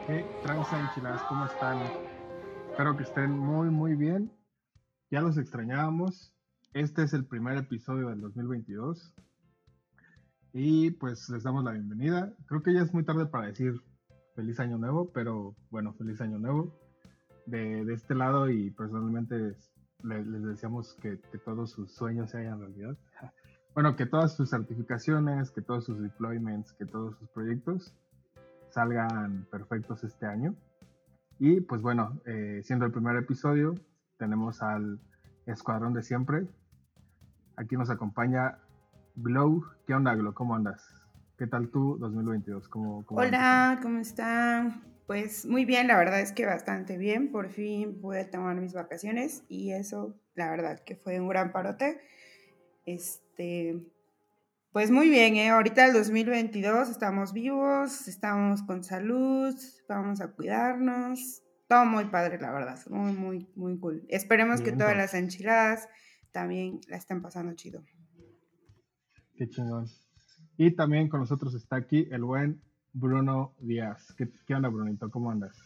¿Qué tranza, enchiladas? ¿Cómo están? Espero que estén muy, muy bien. Ya los extrañábamos. Este es el primer episodio del 2022 y pues les damos la bienvenida. Creo que ya es muy tarde para decir feliz año nuevo, pero bueno, feliz año nuevo de este lado y personalmente les deseamos que todos sus sueños se hagan realidad. Bueno, que todas sus certificaciones, que todos sus deployments, que todos sus proyectos salgan perfectos este año. Y pues bueno, siendo el primer episodio, tenemos al escuadrón de siempre. Aquí nos acompaña Glow. ¿Qué onda, Glow? ¿Cómo andas? ¿Qué tal tú 2022? ¿Cómo va empezando? Hola, ¿cómo están? Pues muy bien, la verdad es que bastante bien. Por fin pude tomar mis vacaciones y eso, la verdad que fue un gran parote. Este, pues muy bien, ¿eh? Ahorita el 2022 estamos vivos, estamos con salud, vamos a cuidarnos. Todo muy padre, la verdad, muy, muy, muy cool. Esperemos que todas las Vientos, enchiladas también la estén pasando chido. qué chingón. Y también con nosotros está aquí el buen Bruno Díaz. ¿Qué onda, Brunito? ¿Cómo andas?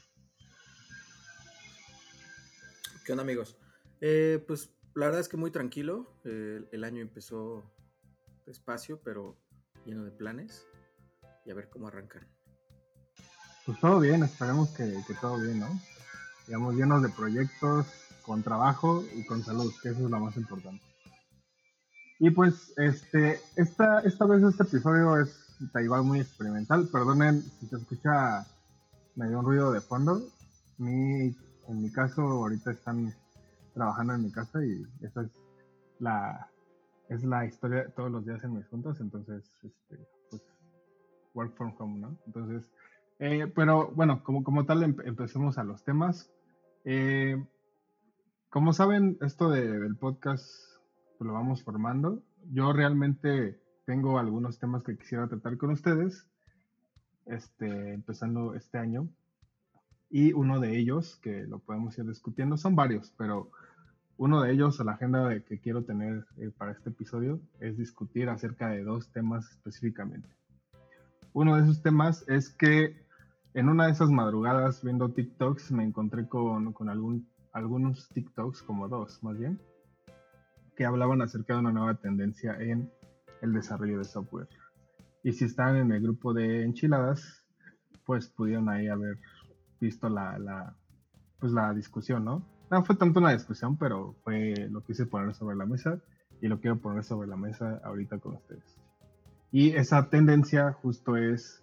¿Qué onda, amigos? Pues la verdad es que muy tranquilo. El año empezó despacio, pero lleno de planes. Y a ver cómo arrancan. Pues todo bien, esperemos que todo bien, ¿no? Digamos, llenos de proyectos, con trabajo y con salud, que eso es lo más importante. Y pues esta vez este episodio es igual muy experimental. Perdonen si se escucha medio un ruido de fondo. En mi caso, ahorita están trabajando en mi casa y esa la, es la historia de todos los días en mis juntas. Entonces, pues, work from home, ¿no? Entonces, pero bueno, como tal, empecemos a los temas. Eh, Como saben, del podcast pues, lo vamos formando. Yo realmente tengo algunos temas que quisiera tratar con ustedes, empezando este año. Y uno de ellos, que lo podemos ir discutiendo, son varios, pero uno de ellos, la agenda que quiero tener para este episodio, es discutir acerca de dos temas específicamente. Uno de esos temas es que en una de esas madrugadas viendo TikToks me encontré con algunos TikToks, como dos más bien, que hablaban acerca de una nueva tendencia en el desarrollo de software. Y si están en el grupo de enchiladas, pues pudieron ahí haber visto pues la discusión, ¿no? No fue tanto una discusión, pero fue lo que quise poner sobre la mesa y lo quiero poner sobre la mesa ahorita con ustedes. Y esa tendencia justo es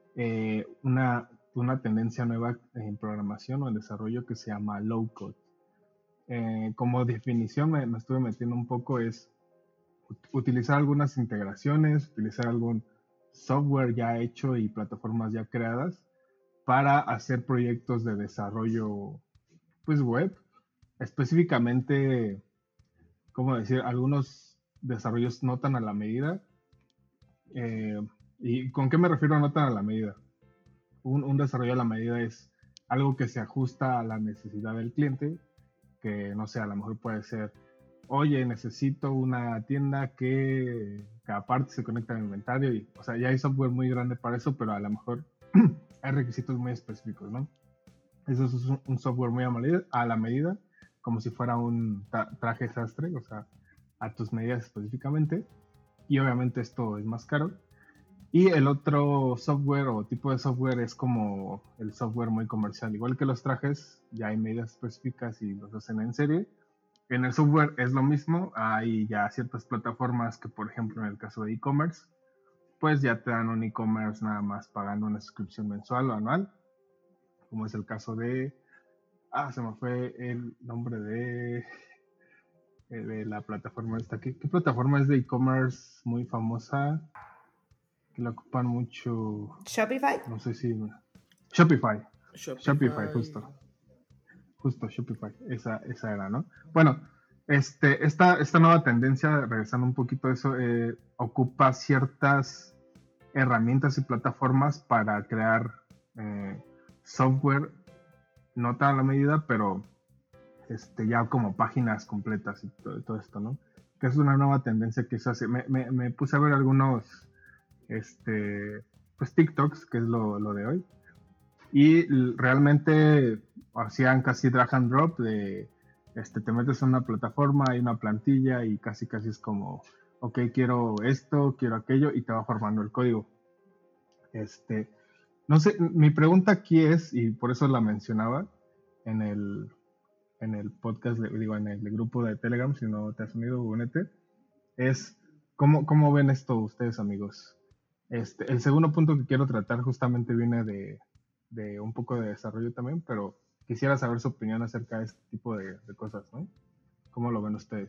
una tendencia nueva en programación o en desarrollo que se llama low code. Como definición me estuve metiendo un poco, es utilizar algunas integraciones, utilizar algún software ya hecho y plataformas ya creadas para hacer proyectos de desarrollo pues web, específicamente, ¿cómo decir? Algunos desarrollos no tan a la medida. Eh, ¿Y con qué me refiero a no tan a la medida? Un desarrollo a la medida es algo que se ajusta a la necesidad del cliente, que no sé, a lo mejor puede ser, oye, necesito una tienda que cada parte se conecta al inventario y, o sea, ya hay software muy grande para eso, pero a lo mejor hay requisitos muy específicos, ¿no? Eso es un software muy a la medida, como si fuera un traje sastre, o sea, a tus medidas específicamente, y obviamente esto es más caro. Y el otro software o tipo de software es como el software muy comercial. Igual que los trajes, ya hay medidas específicas y los hacen en serie. En el software es lo mismo. Hay ya ciertas plataformas que, por ejemplo, en el caso de e-commerce, pues ya te dan un e-commerce nada más pagando una suscripción mensual o anual, como es el caso de... Ah, se me fue el nombre de la plataforma esta. ¿Qué plataforma es de e-commerce muy famosa? Que la ocupan mucho, Shopify. no sé si... Shopify. Shopify, Shopify. justo Shopify, esa era, ¿no? Bueno, esta nueva tendencia, regresando un poquito a eso, ocupa ciertas herramientas y plataformas para crear software, no tan a la medida, pero ya como páginas completas y todo esto, ¿no? Que es una nueva tendencia que se hace. Me puse a ver algunos, pues TikToks, que es lo de hoy, y realmente hacían casi drag and drop te metes en una plataforma, hay una plantilla y casi casi es como, ok, quiero esto, quiero aquello y te va formando el código. No sé, mi pregunta aquí es, y por eso la mencionaba en el podcast, digo, en el grupo de Telegram, si no te has unido, únete, es cómo ven esto ustedes, amigos. El segundo punto que quiero tratar justamente viene de un poco de desarrollo también, pero quisiera saber su opinión acerca de este tipo de cosas, ¿no? ¿Cómo lo ven ustedes?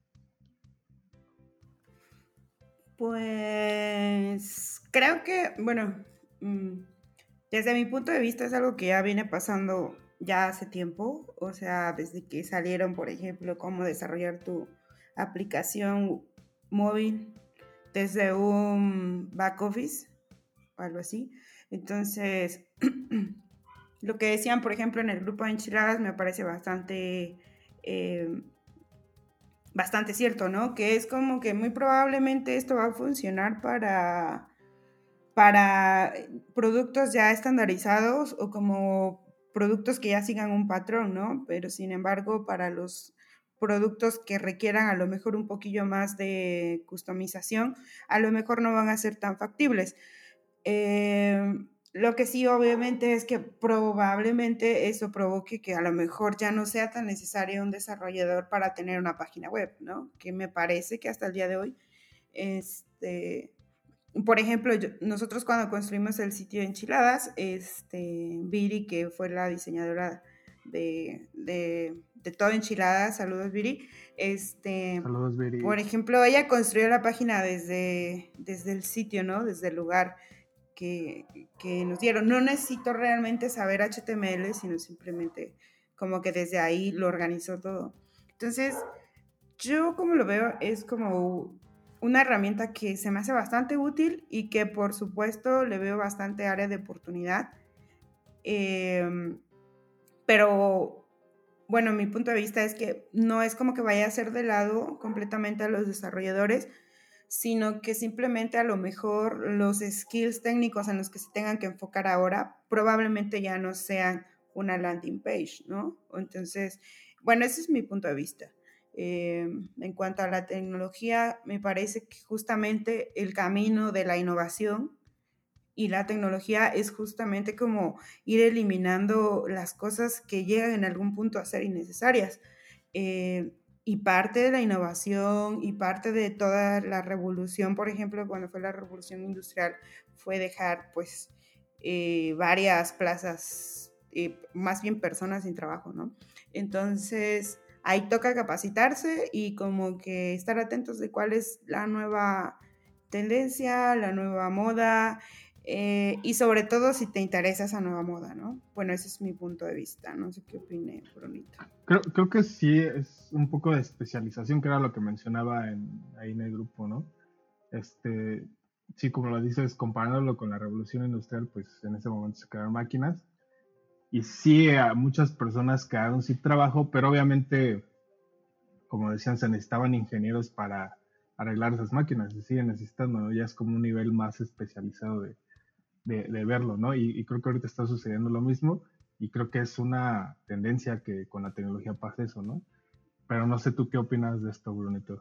Pues creo que, bueno, desde mi punto de vista es algo que ya viene pasando ya hace tiempo, o sea, desde que salieron, por ejemplo, cómo desarrollar tu aplicación móvil desde un back office o algo así. Entonces, lo que decían, por ejemplo, en el grupo de enchiladas me parece eh, bastante cierto, ¿no? Que es como que muy probablemente esto va a funcionar para productos ya estandarizados o como productos que ya sigan un patrón, ¿no? Pero sin embargo, para los productos que requieran a lo mejor un poquillo más de customización, a lo mejor no van a ser tan factibles. Lo que sí, obviamente, es que probablemente eso provoque que a lo mejor ya no sea tan necesario un desarrollador para tener una página web, ¿no? Que me parece que hasta el día de hoy, por ejemplo, nosotros cuando construimos el sitio de Enchiladas, Viri, que fue la diseñadora de todo Enchiladas, saludos Viri, Saludos, Viri. por ejemplo, ella construyó la página desde el sitio, ¿no? Desde el lugar que, que nos dieron. No necesito realmente saber HTML, sino simplemente como que desde ahí lo organizó todo. Entonces, yo como lo veo es como una herramienta que se me hace bastante útil y que por supuesto le veo bastante área de oportunidad. Pero bueno, mi punto de vista es que no es como que vaya a ser de lado completamente a los desarrolladores, sino que simplemente a lo mejor los skills técnicos en los que se tengan que enfocar ahora probablemente ya no sean una landing page, ¿no? Entonces, bueno, ese es mi punto de vista. En cuanto a la tecnología, me parece que justamente el camino de la innovación y la tecnología es justamente como ir eliminando las cosas que llegan en algún punto a ser innecesarias. Y parte de la innovación y parte de toda la revolución, por ejemplo, cuando fue la revolución industrial, fue dejar pues varias plazas, más bien personas sin trabajo, ¿no? Entonces, ahí toca capacitarse y como que estar atentos de cuál es la nueva tendencia, la nueva moda, y sobre todo si te interesa esa nueva moda, ¿no? Bueno, ese es mi punto de vista, no sé qué opine Brunito. Creo que sí es un poco de especialización, que era lo que mencionaba ahí en el grupo, ¿no? Este, sí, como lo dices, comparándolo con la revolución industrial, pues en ese momento se crearon máquinas y sí, a muchas personas quedaron sin trabajo, pero obviamente, como decían, se necesitaban ingenieros para arreglar esas máquinas, se siguen necesitando, ¿no? Ya es como un nivel más especializado de verlo, ¿no? Y creo que ahorita está sucediendo lo mismo y creo que es una tendencia que con la tecnología pasa eso, ¿no? Pero no sé tú qué opinas de esto, Brunito.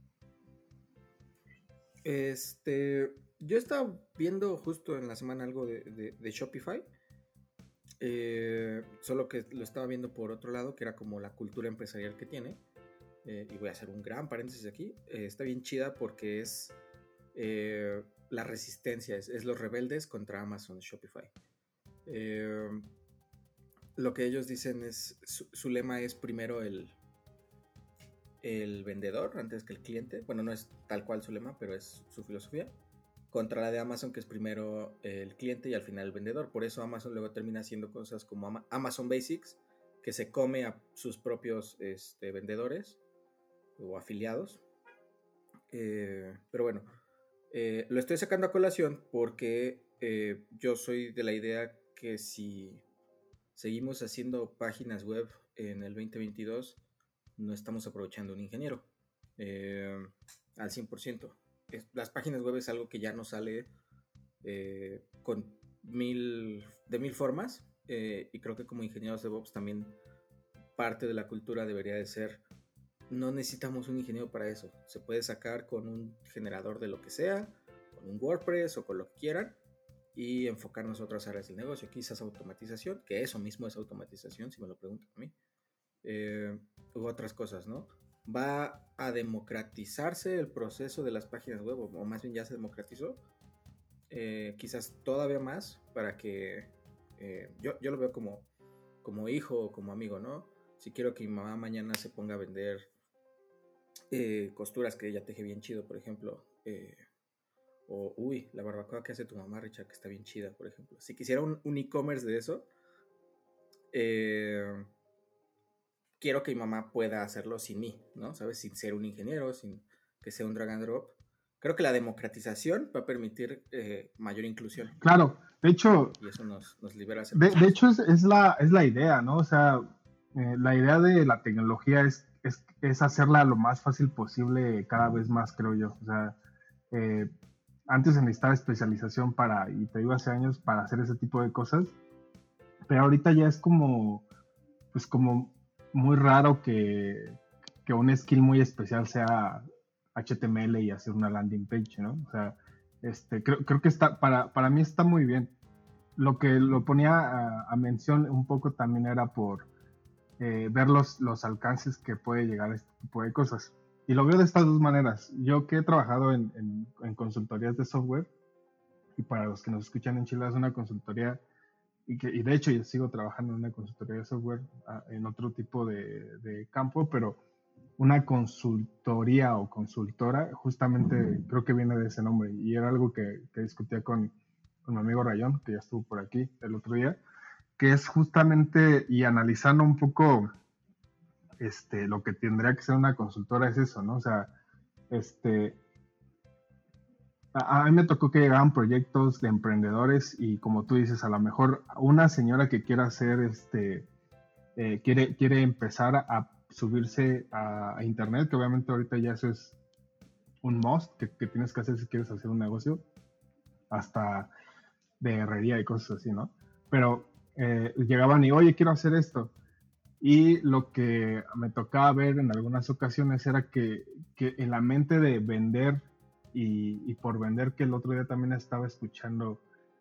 Yo estaba viendo justo en la semana algo de Shopify, solo que lo estaba viendo por otro lado, que era como la cultura empresarial que tiene. Y voy a hacer un gran paréntesis aquí. Está bien chida porque es la resistencia, es los rebeldes contra Amazon Shopify. Lo que ellos dicen es, su lema es primero el vendedor antes que el cliente. Bueno, no es tal cual su lema, pero es su filosofía. Contra la de Amazon, que es primero el cliente y al final el vendedor. Por eso Amazon luego termina haciendo cosas como Amazon Basics, que se come a sus propios vendedores o afiliados. Pero bueno, lo estoy sacando a colación porque yo soy de la idea que si seguimos haciendo páginas web en el 2022, no estamos aprovechando un ingeniero al 100%. Las páginas web es algo que ya no sale con de mil formas, y creo que como ingenieros DevOps también parte de la cultura debería de ser, no necesitamos un ingeniero para eso, se puede sacar con un generador de lo que sea, con un WordPress o con lo que quieran, y enfocarnos a otras áreas del negocio, quizás automatización, que eso mismo es automatización, si me lo preguntan a mí, u otras cosas, ¿no? Va a democratizarse el proceso de las páginas web, o más bien ya se democratizó, quizás todavía más, para que yo lo veo como hijo o como amigo, ¿no? Si quiero que mi mamá mañana se ponga a vender costuras que ella teje bien chido, por ejemplo, o uy, la barbacoa que hace tu mamá, Richard, que está bien chida, por ejemplo. Si quisiera un e-commerce de eso, quiero que mi mamá pueda hacerlo sin mí, ¿no? ¿Sabes? Sin ser un ingeniero, sin que sea un drag and drop. Creo que la democratización va a permitir mayor inclusión. Claro, de hecho, Y eso nos libera a hacer de cosas. hecho es la idea, ¿no? O sea, la idea de la tecnología es hacerla lo más fácil posible cada vez más, creo yo. O sea, eh, antes se necesitaba especialización y te digo hace años, para hacer ese tipo de cosas, pero ahorita ya es pues como muy raro que un skill muy especial sea HTML y hacer una landing page, ¿no? O sea, creo que para mí está muy bien. Lo que lo ponía a mención un poco también era por ver los alcances que puede llegar a este tipo de cosas. Y lo veo de estas dos maneras. Yo que he trabajado en consultorías de software, y para los que nos escuchan en Chile es una consultoría, y de hecho yo sigo trabajando en una consultoría de software en otro tipo de campo, pero una consultoría o consultora, justamente creo que viene de ese nombre, y era algo que discutía con mi amigo Rayón, que ya estuvo por aquí el otro día, que es justamente, y analizando un poco lo que tendría que ser una consultora es eso, ¿no? O sea, este, a mí me tocó que llegaban proyectos de emprendedores y como tú dices, a lo mejor una señora que quiera hacer, quiere empezar a subirse a internet, que obviamente ahorita ya eso es un must que tienes que hacer si quieres hacer un negocio, hasta de herrería y cosas así, ¿no? Pero llegaban y, oye, quiero hacer esto. Y lo que me tocaba ver en algunas ocasiones era que en la mente de vender y por vender, que el otro día también estaba escuchando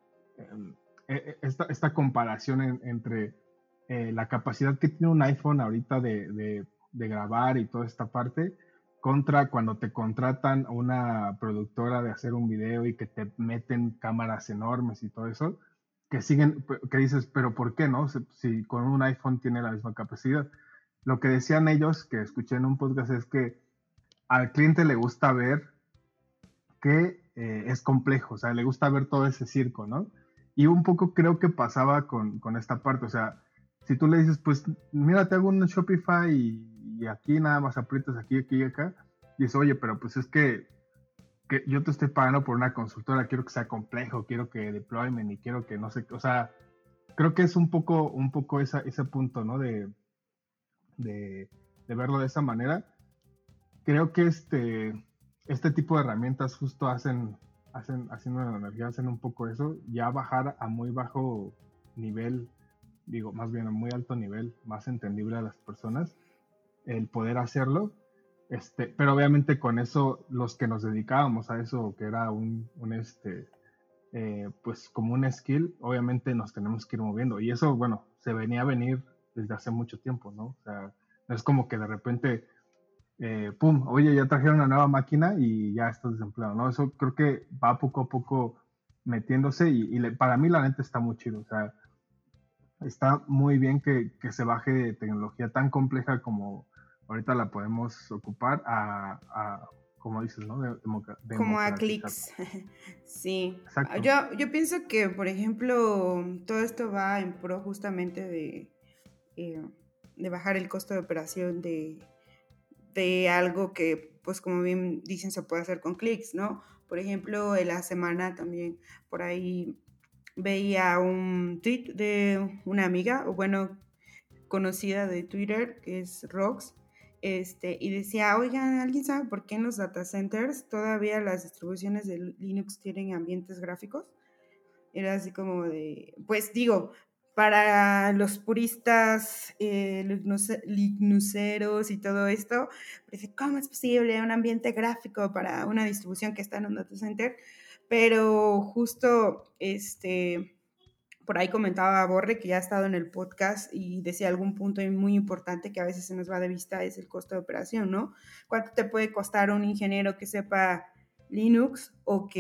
esta comparación entre la capacidad que tiene un iPhone ahorita de grabar y toda esta parte, contra cuando te contratan a una productora de hacer un video y que te meten cámaras enormes y todo eso, que dices, pero ¿por qué no? Si con un iPhone tiene la misma capacidad. Lo que decían ellos, que escuché en un podcast, es que al cliente le gusta ver que es complejo, o sea, le gusta ver todo ese circo, ¿no? Y un poco creo que pasaba con esta parte, o sea, si tú le dices, pues mira, te hago un Shopify y aquí nada más aprietas aquí y acá, y dices, oye, pero pues es que yo te estoy pagando por una consultora, quiero que sea complejo, quiero que deployment y quiero que no sé, o sea, creo que es un poco ese punto, ¿no? De verlo de esa manera. Creo que este tipo de herramientas justo haciendo la energía, hacen un poco eso, ya bajar a muy bajo nivel, digo, más bien a muy alto nivel, más entendible a las personas, el poder hacerlo, pero obviamente con eso, los que nos dedicábamos a eso, que era pues como un skill, obviamente nos tenemos que ir moviendo, y eso, bueno, se venía a venir desde hace mucho tiempo, ¿no? O sea, no es como que de repente pum, oye, ya trajeron una nueva máquina y ya estás desempleado, ¿no? Eso creo que va poco a poco metiéndose para mí la neta está muy chido, o sea, está muy bien que se baje de tecnología tan compleja como ahorita la podemos ocupar como dices, ¿no? Como a Democratizar. clics. Sí. Exacto. Yo pienso que, por ejemplo, todo esto va en pro justamente de bajar el costo de operación de algo que, pues como bien dicen, se puede hacer con clics, ¿no? Por ejemplo, en la semana también por ahí veía un tweet de una amiga, o bueno, conocida de Twitter, que es Rox, y decía, oigan, ¿alguien sabe por qué en los data centers todavía las distribuciones de Linux tienen ambientes gráficos? Era así como de, pues digo, para los puristas Linuxeros y todo esto, parece, ¿cómo es posible un ambiente gráfico para una distribución que está en un data center? Pero justo, por ahí comentaba Borre que ya ha estado en el podcast y decía algún punto muy importante que a veces se nos va de vista, es el costo de operación, ¿no? ¿Cuánto te puede costar un ingeniero que sepa Linux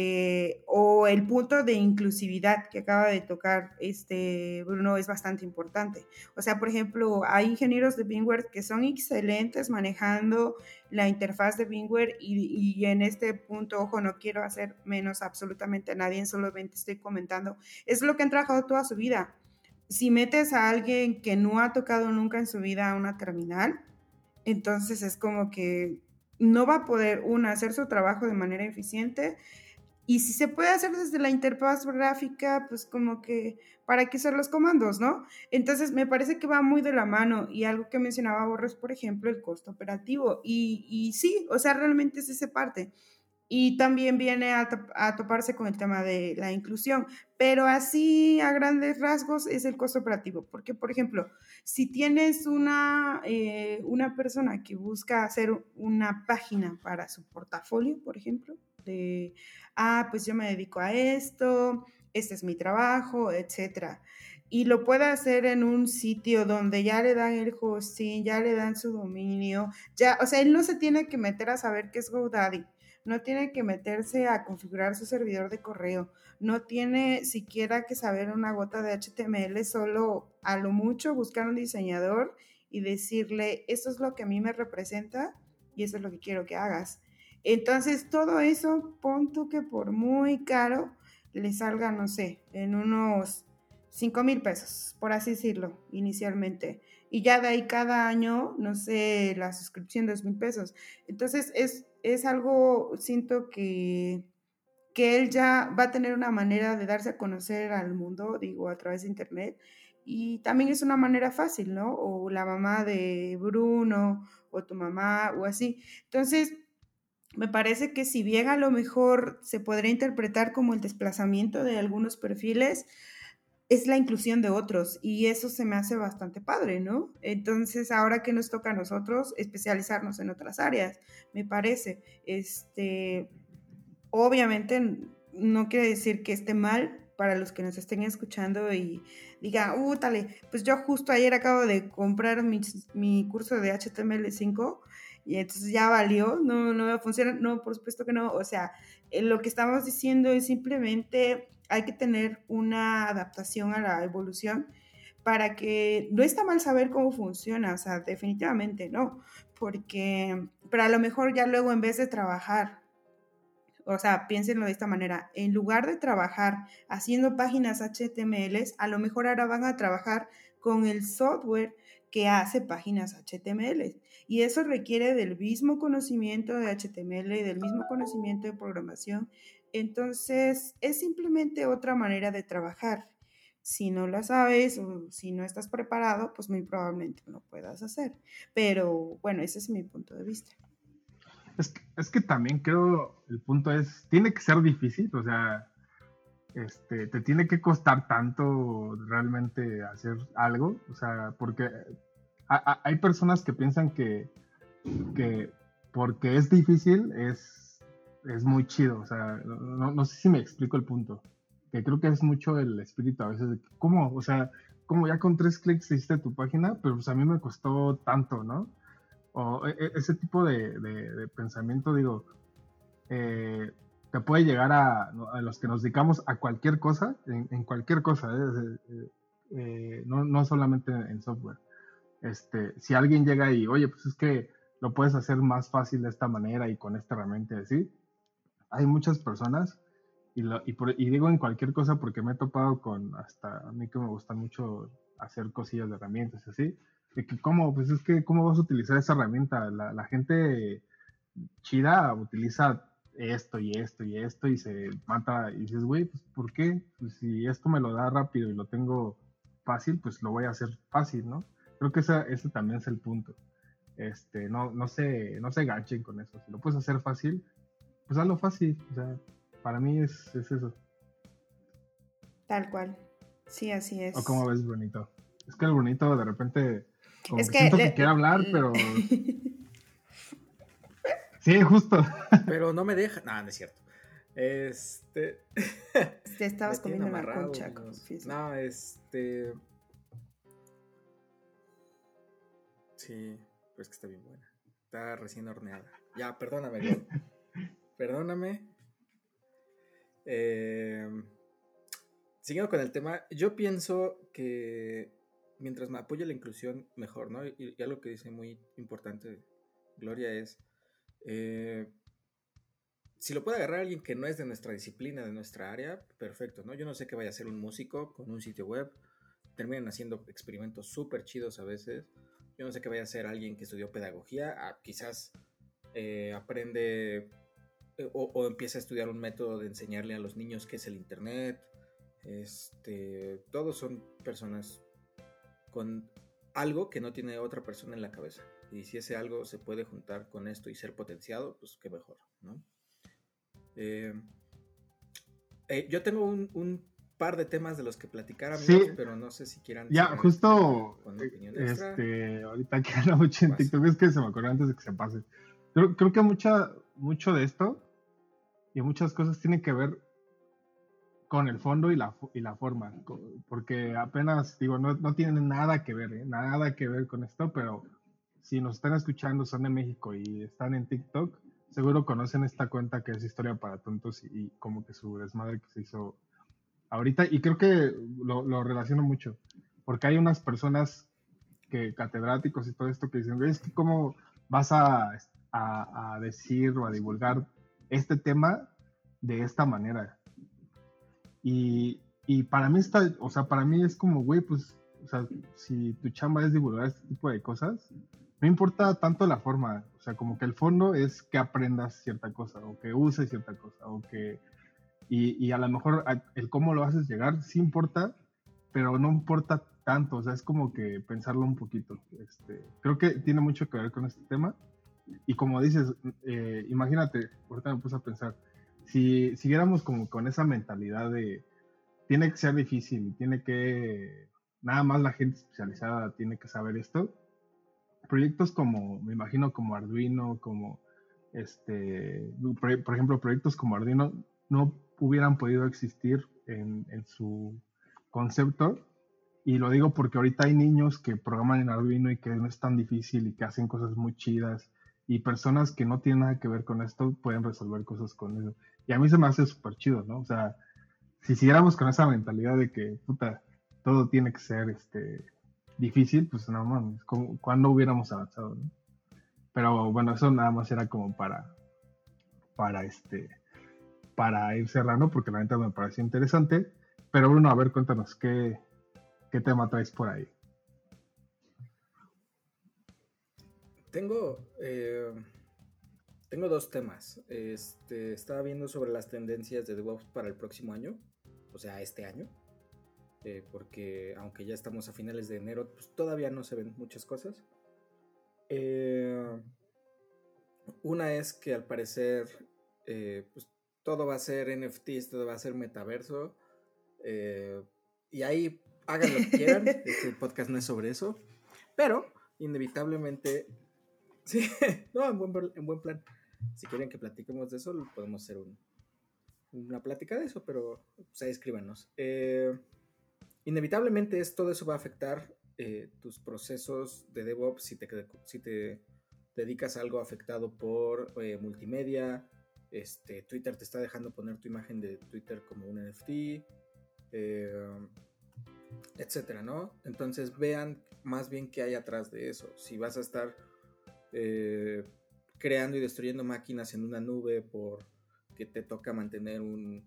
o el punto de inclusividad que acaba de tocar Bruno es bastante importante? O sea, por ejemplo, hay ingenieros de VMware que son excelentes manejando la interfaz de VMware y en este punto, ojo, no quiero hacer menos absolutamente a nadie, solamente estoy comentando, es lo que han trabajado toda su vida. Si metes a alguien que no ha tocado nunca en su vida una terminal, entonces es como que no va a poder, hacer su trabajo de manera eficiente. Y si se puede hacer desde la interfaz gráfica, pues como que, ¿para qué usar los comandos, no? Entonces me parece que va muy de la mano. Y algo que mencionaba Borges, por ejemplo, el costo operativo. Y sí, o sea, realmente es esa parte. Y también viene a toparse con el tema de la inclusión, pero así a grandes rasgos es el costo operativo, porque por ejemplo, si tienes una persona que busca hacer una página para su portafolio, por ejemplo, pues yo me dedico a esto, este es mi trabajo, etcétera, y lo puede hacer en un sitio donde ya le dan el hosting, ya le dan su dominio, ya, o sea, él no se tiene que meter a saber qué es GoDaddy, no tiene que meterse a configurar su servidor de correo, no tiene siquiera que saber una gota de HTML, solo a lo mucho buscar un diseñador y decirle, esto es lo que a mí me representa y eso es lo que quiero que hagas. Entonces, todo eso, pon tú que por muy caro le salga, no sé, en unos 5,000 pesos, por así decirlo, inicialmente. Y ya de ahí cada año, no sé, la suscripción de 2,000 pesos. Entonces es algo, siento que él ya va a tener una manera de darse a conocer al mundo, digo, a través de internet. Y también es una manera fácil, ¿no? O la mamá de Bruno, o tu mamá, o así. Entonces, me parece que si bien a lo mejor se podría interpretar como el desplazamiento de algunos perfiles, es la inclusión de otros y eso se me hace bastante padre, ¿no? Entonces, ahora que nos toca a nosotros especializarnos en otras áreas, me parece, obviamente no quiere decir que esté mal para los que nos estén escuchando y digan, tale, pues yo justo ayer acabo de comprar mi curso de HTML5 y entonces ya valió, no me funciona, no, por supuesto que no, o sea, lo que estamos diciendo es simplemente hay que tener una adaptación a la evolución para que no está mal saber cómo funciona, o sea, definitivamente no, pero a lo mejor ya luego en vez de trabajar, o sea, piénsenlo de esta manera, en lugar de trabajar haciendo páginas HTML, a lo mejor ahora van a trabajar con el software que hace páginas HTML. Y eso requiere del mismo conocimiento de HTML y del mismo conocimiento de programación. Entonces, es simplemente otra manera de trabajar. Si no la sabes o si no estás preparado, pues muy probablemente no puedas hacer. Pero bueno, ese es mi punto de vista. Es que también creo el punto es, tiene que ser difícil, o sea, te tiene que costar tanto realmente hacer algo, o sea, porque hay personas que piensan que porque es difícil es muy chido, o sea, no sé si me explico el punto, que creo que es mucho el espíritu a veces de que, ¿cómo? O sea, como ya con 3 clics hiciste tu página, pero pues a mí me costó tanto, ¿no? O ese tipo de pensamiento, digo, te puede llegar a los que nos dedicamos a cualquier cosa, en cualquier cosa, no solamente en software. Si alguien llega y, oye, pues es que lo puedes hacer más fácil de esta manera y con esta herramienta, así, hay muchas personas, y digo en cualquier cosa porque me he topado con, hasta a mí que me gusta mucho hacer cosillas de herramientas, así, de que cómo, pues es que cómo vas a utilizar esa herramienta, la gente chida utiliza esto y esto y esto y se mata y dices, güey, pues ¿por qué? Pues si esto me lo da rápido y lo tengo fácil, pues lo voy a hacer fácil, ¿no? Creo que ese también es el punto. No se ganchen con eso. Si lo puedes hacer fácil, pues hazlo fácil. O sea, para mí es eso. Tal cual. Sí, así es. ¿O cómo ves, Brunito? Es que el Brunito de repente como Es que que siento que quiere hablar, pero... Sí, justo. Pero no me deja. No, no es cierto. Te estabas Me tienen comiendo una amarrado, concha, niños. confieso. No, sí, pues que está bien buena. Está recién horneada. Ya, perdóname, Gord. Perdóname. Siguiendo con el tema, yo pienso que mientras me apoye la inclusión, mejor, ¿no? Y algo que dice muy importante Gloria es, si lo puede agarrar alguien que no es de nuestra disciplina, de nuestra área, perfecto, ¿no? Yo no sé qué vaya a ser un músico con un sitio web, terminan haciendo experimentos súper chidos a veces. Yo no sé qué vaya a ser alguien que estudió pedagogía, quizás aprende o empieza a estudiar un método de enseñarle a los niños qué es el internet. Todos son personas con algo que no tiene otra persona en la cabeza. Y si ese algo se puede juntar con esto y ser potenciado, pues qué mejor, ¿no? Yo tengo un par de temas de los que platicar, amigos, Sí, pero no sé si quieran ya, justo, con una opinión extra. ahorita que habla mucho en TikTok, es que se me ocurrió antes de que se pase. Creo que mucho de esto y muchas cosas tienen que ver con el fondo y la forma, porque apenas, digo, no tienen nada que ver, nada que ver con esto, pero si nos están escuchando, son de México y están en TikTok, seguro conocen esta cuenta que es Historia para Tontos y como que su desmadre que se hizo ahorita, y creo que lo relaciono mucho, porque hay unas personas catedráticos y todo esto que dicen, es que cómo vas a decir o a divulgar este tema de esta manera. Y para mí para mí es como, güey, pues, o sea, si tu chamba es divulgar este tipo de cosas, no importa tanto la forma, o sea, como que el fondo es que aprendas cierta cosa, o que uses cierta cosa, y a lo mejor el cómo lo haces llegar sí importa, pero no importa tanto, o sea, es como que pensarlo un poquito. Creo que tiene mucho que ver con este tema, y como dices, imagínate, ahorita me puse a pensar, si siguiéramos como con esa mentalidad de tiene que ser difícil, nada más la gente especializada tiene que saber esto, proyectos como, me imagino, como Arduino, por ejemplo, proyectos como Arduino no hubieran podido existir en su concepto. Y lo digo porque ahorita hay niños que programan en Arduino y que no es tan difícil y que hacen cosas muy chidas. Y personas que no tienen nada que ver con esto pueden resolver cosas con eso. Y a mí se me hace súper chido, ¿no? O sea, si siguiéramos con esa mentalidad de que, puta, todo tiene que ser difícil, pues no mames, ¿cuándo hubiéramos avanzado, no? Pero bueno, eso nada más era como para para ir cerrando, porque la neta me pareció interesante. Pero Bruno, a ver, cuéntanos, ¿qué tema traes por ahí? Tengo dos temas. Estaba viendo sobre las tendencias de DevOps para el próximo año, o sea, este año, porque aunque ya estamos a finales de enero, pues todavía no se ven muchas cosas. Una es que al parecer pues todo va a ser NFTs, todo va a ser metaverso, y ahí hagan lo que quieran. Este podcast no es sobre eso, pero inevitablemente sí, no, en buen plan. Si quieren que platiquemos de eso, podemos hacer una plática de eso, pero pues ahí escríbanos. Inevitablemente todo eso va a afectar tus procesos de DevOps si te dedicas a algo afectado por multimedia. Twitter te está dejando poner tu imagen de Twitter como un NFT, etcétera, ¿no? Entonces vean más bien qué hay atrás de eso. Si vas a estar creando y destruyendo máquinas en una nube porque te toca mantener un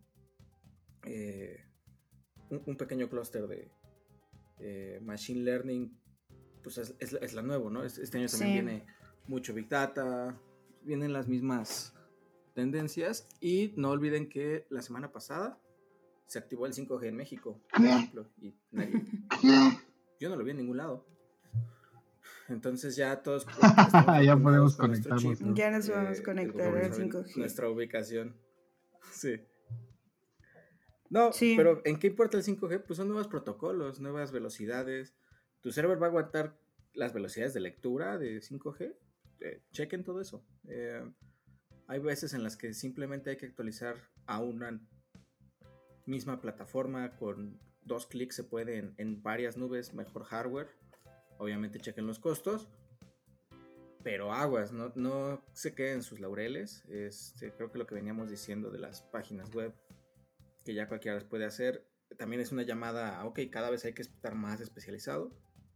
pequeño clúster de machine learning, pues es la nuevo, ¿no? Este año también viene mucho Big Data, vienen las mismas tendencias, y no olviden que la semana pasada se activó el 5G en México, por ejemplo, y yo no lo vi en ningún lado. Entonces ya todos ya podemos conectarnos. Ya nos vamos a conectar al 5G. Nuestra ubicación. Sí. No, Sí, pero ¿en qué importa el 5G? Pues son nuevos protocolos, nuevas velocidades. ¿Tu server va a aguantar las velocidades de lectura de 5G? Chequen todo eso. Hay veces en las que simplemente hay que actualizar a una misma plataforma. Con 2 clics se puede en varias nubes, mejor hardware. Obviamente chequen los costos. Pero aguas, no se queden en sus laureles. Creo que lo que veníamos diciendo de las páginas web, que ya cualquiera las puede hacer, también es una llamada a, ok, cada vez hay que estar más especializado.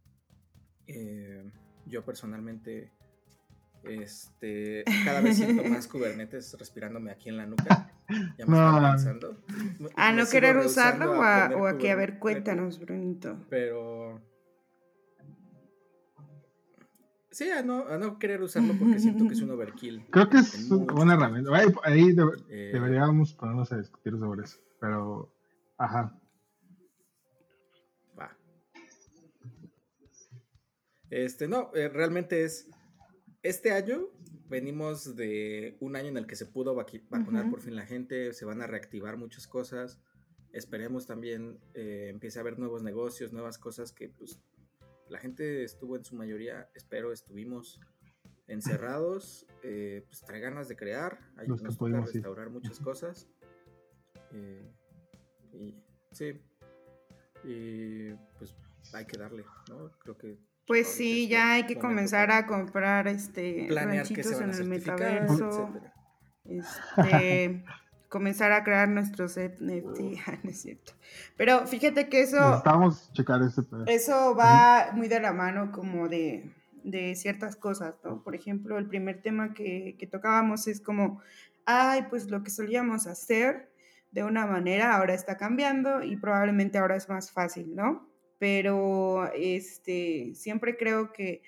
Yo personalmente, cada vez siento más Kubernetes respirándome aquí en la nuca. Ya me está No, alcanzando. a Me no sigo querer usarlo rehusando o a aprender o a que, a ver, Kubernetes, cuéntanos, Brunito. pero sí, a no querer usarlo porque siento que es un overkill creo que en es una muchos casos. herramienta. Ahí Eh, deberíamos ponernos a discutir sobre eso. Pero, ajá. va. No, realmente es. Este año venimos de un año en el que se pudo vacunar por fin la gente, se van a reactivar muchas cosas. Esperemos también empiece a haber nuevos negocios, nuevas cosas que pues la gente estuvo en su mayoría, estuvimos encerrados, pues trae ganas de crear, Los que nos toca pudimos ir. restaurar muchas cosas. Y sí, y pues hay que darle, ¿no? Creo que Pues ahorita sí, es ya buen hay que momento comenzar para a comprar planear qué se ranchitos van en a el certificar, metaverso, etcétera. comenzar a crear nuestros NFT, no es cierto. Pero fíjate que Necesitamos checar ese pedo. eso va muy de la mano como de ciertas cosas, ¿no? Por ejemplo, el primer tema que tocábamos es como, ay, pues lo que solíamos hacer de una manera ahora está cambiando y probablemente ahora es más fácil, ¿no? Pero siempre creo que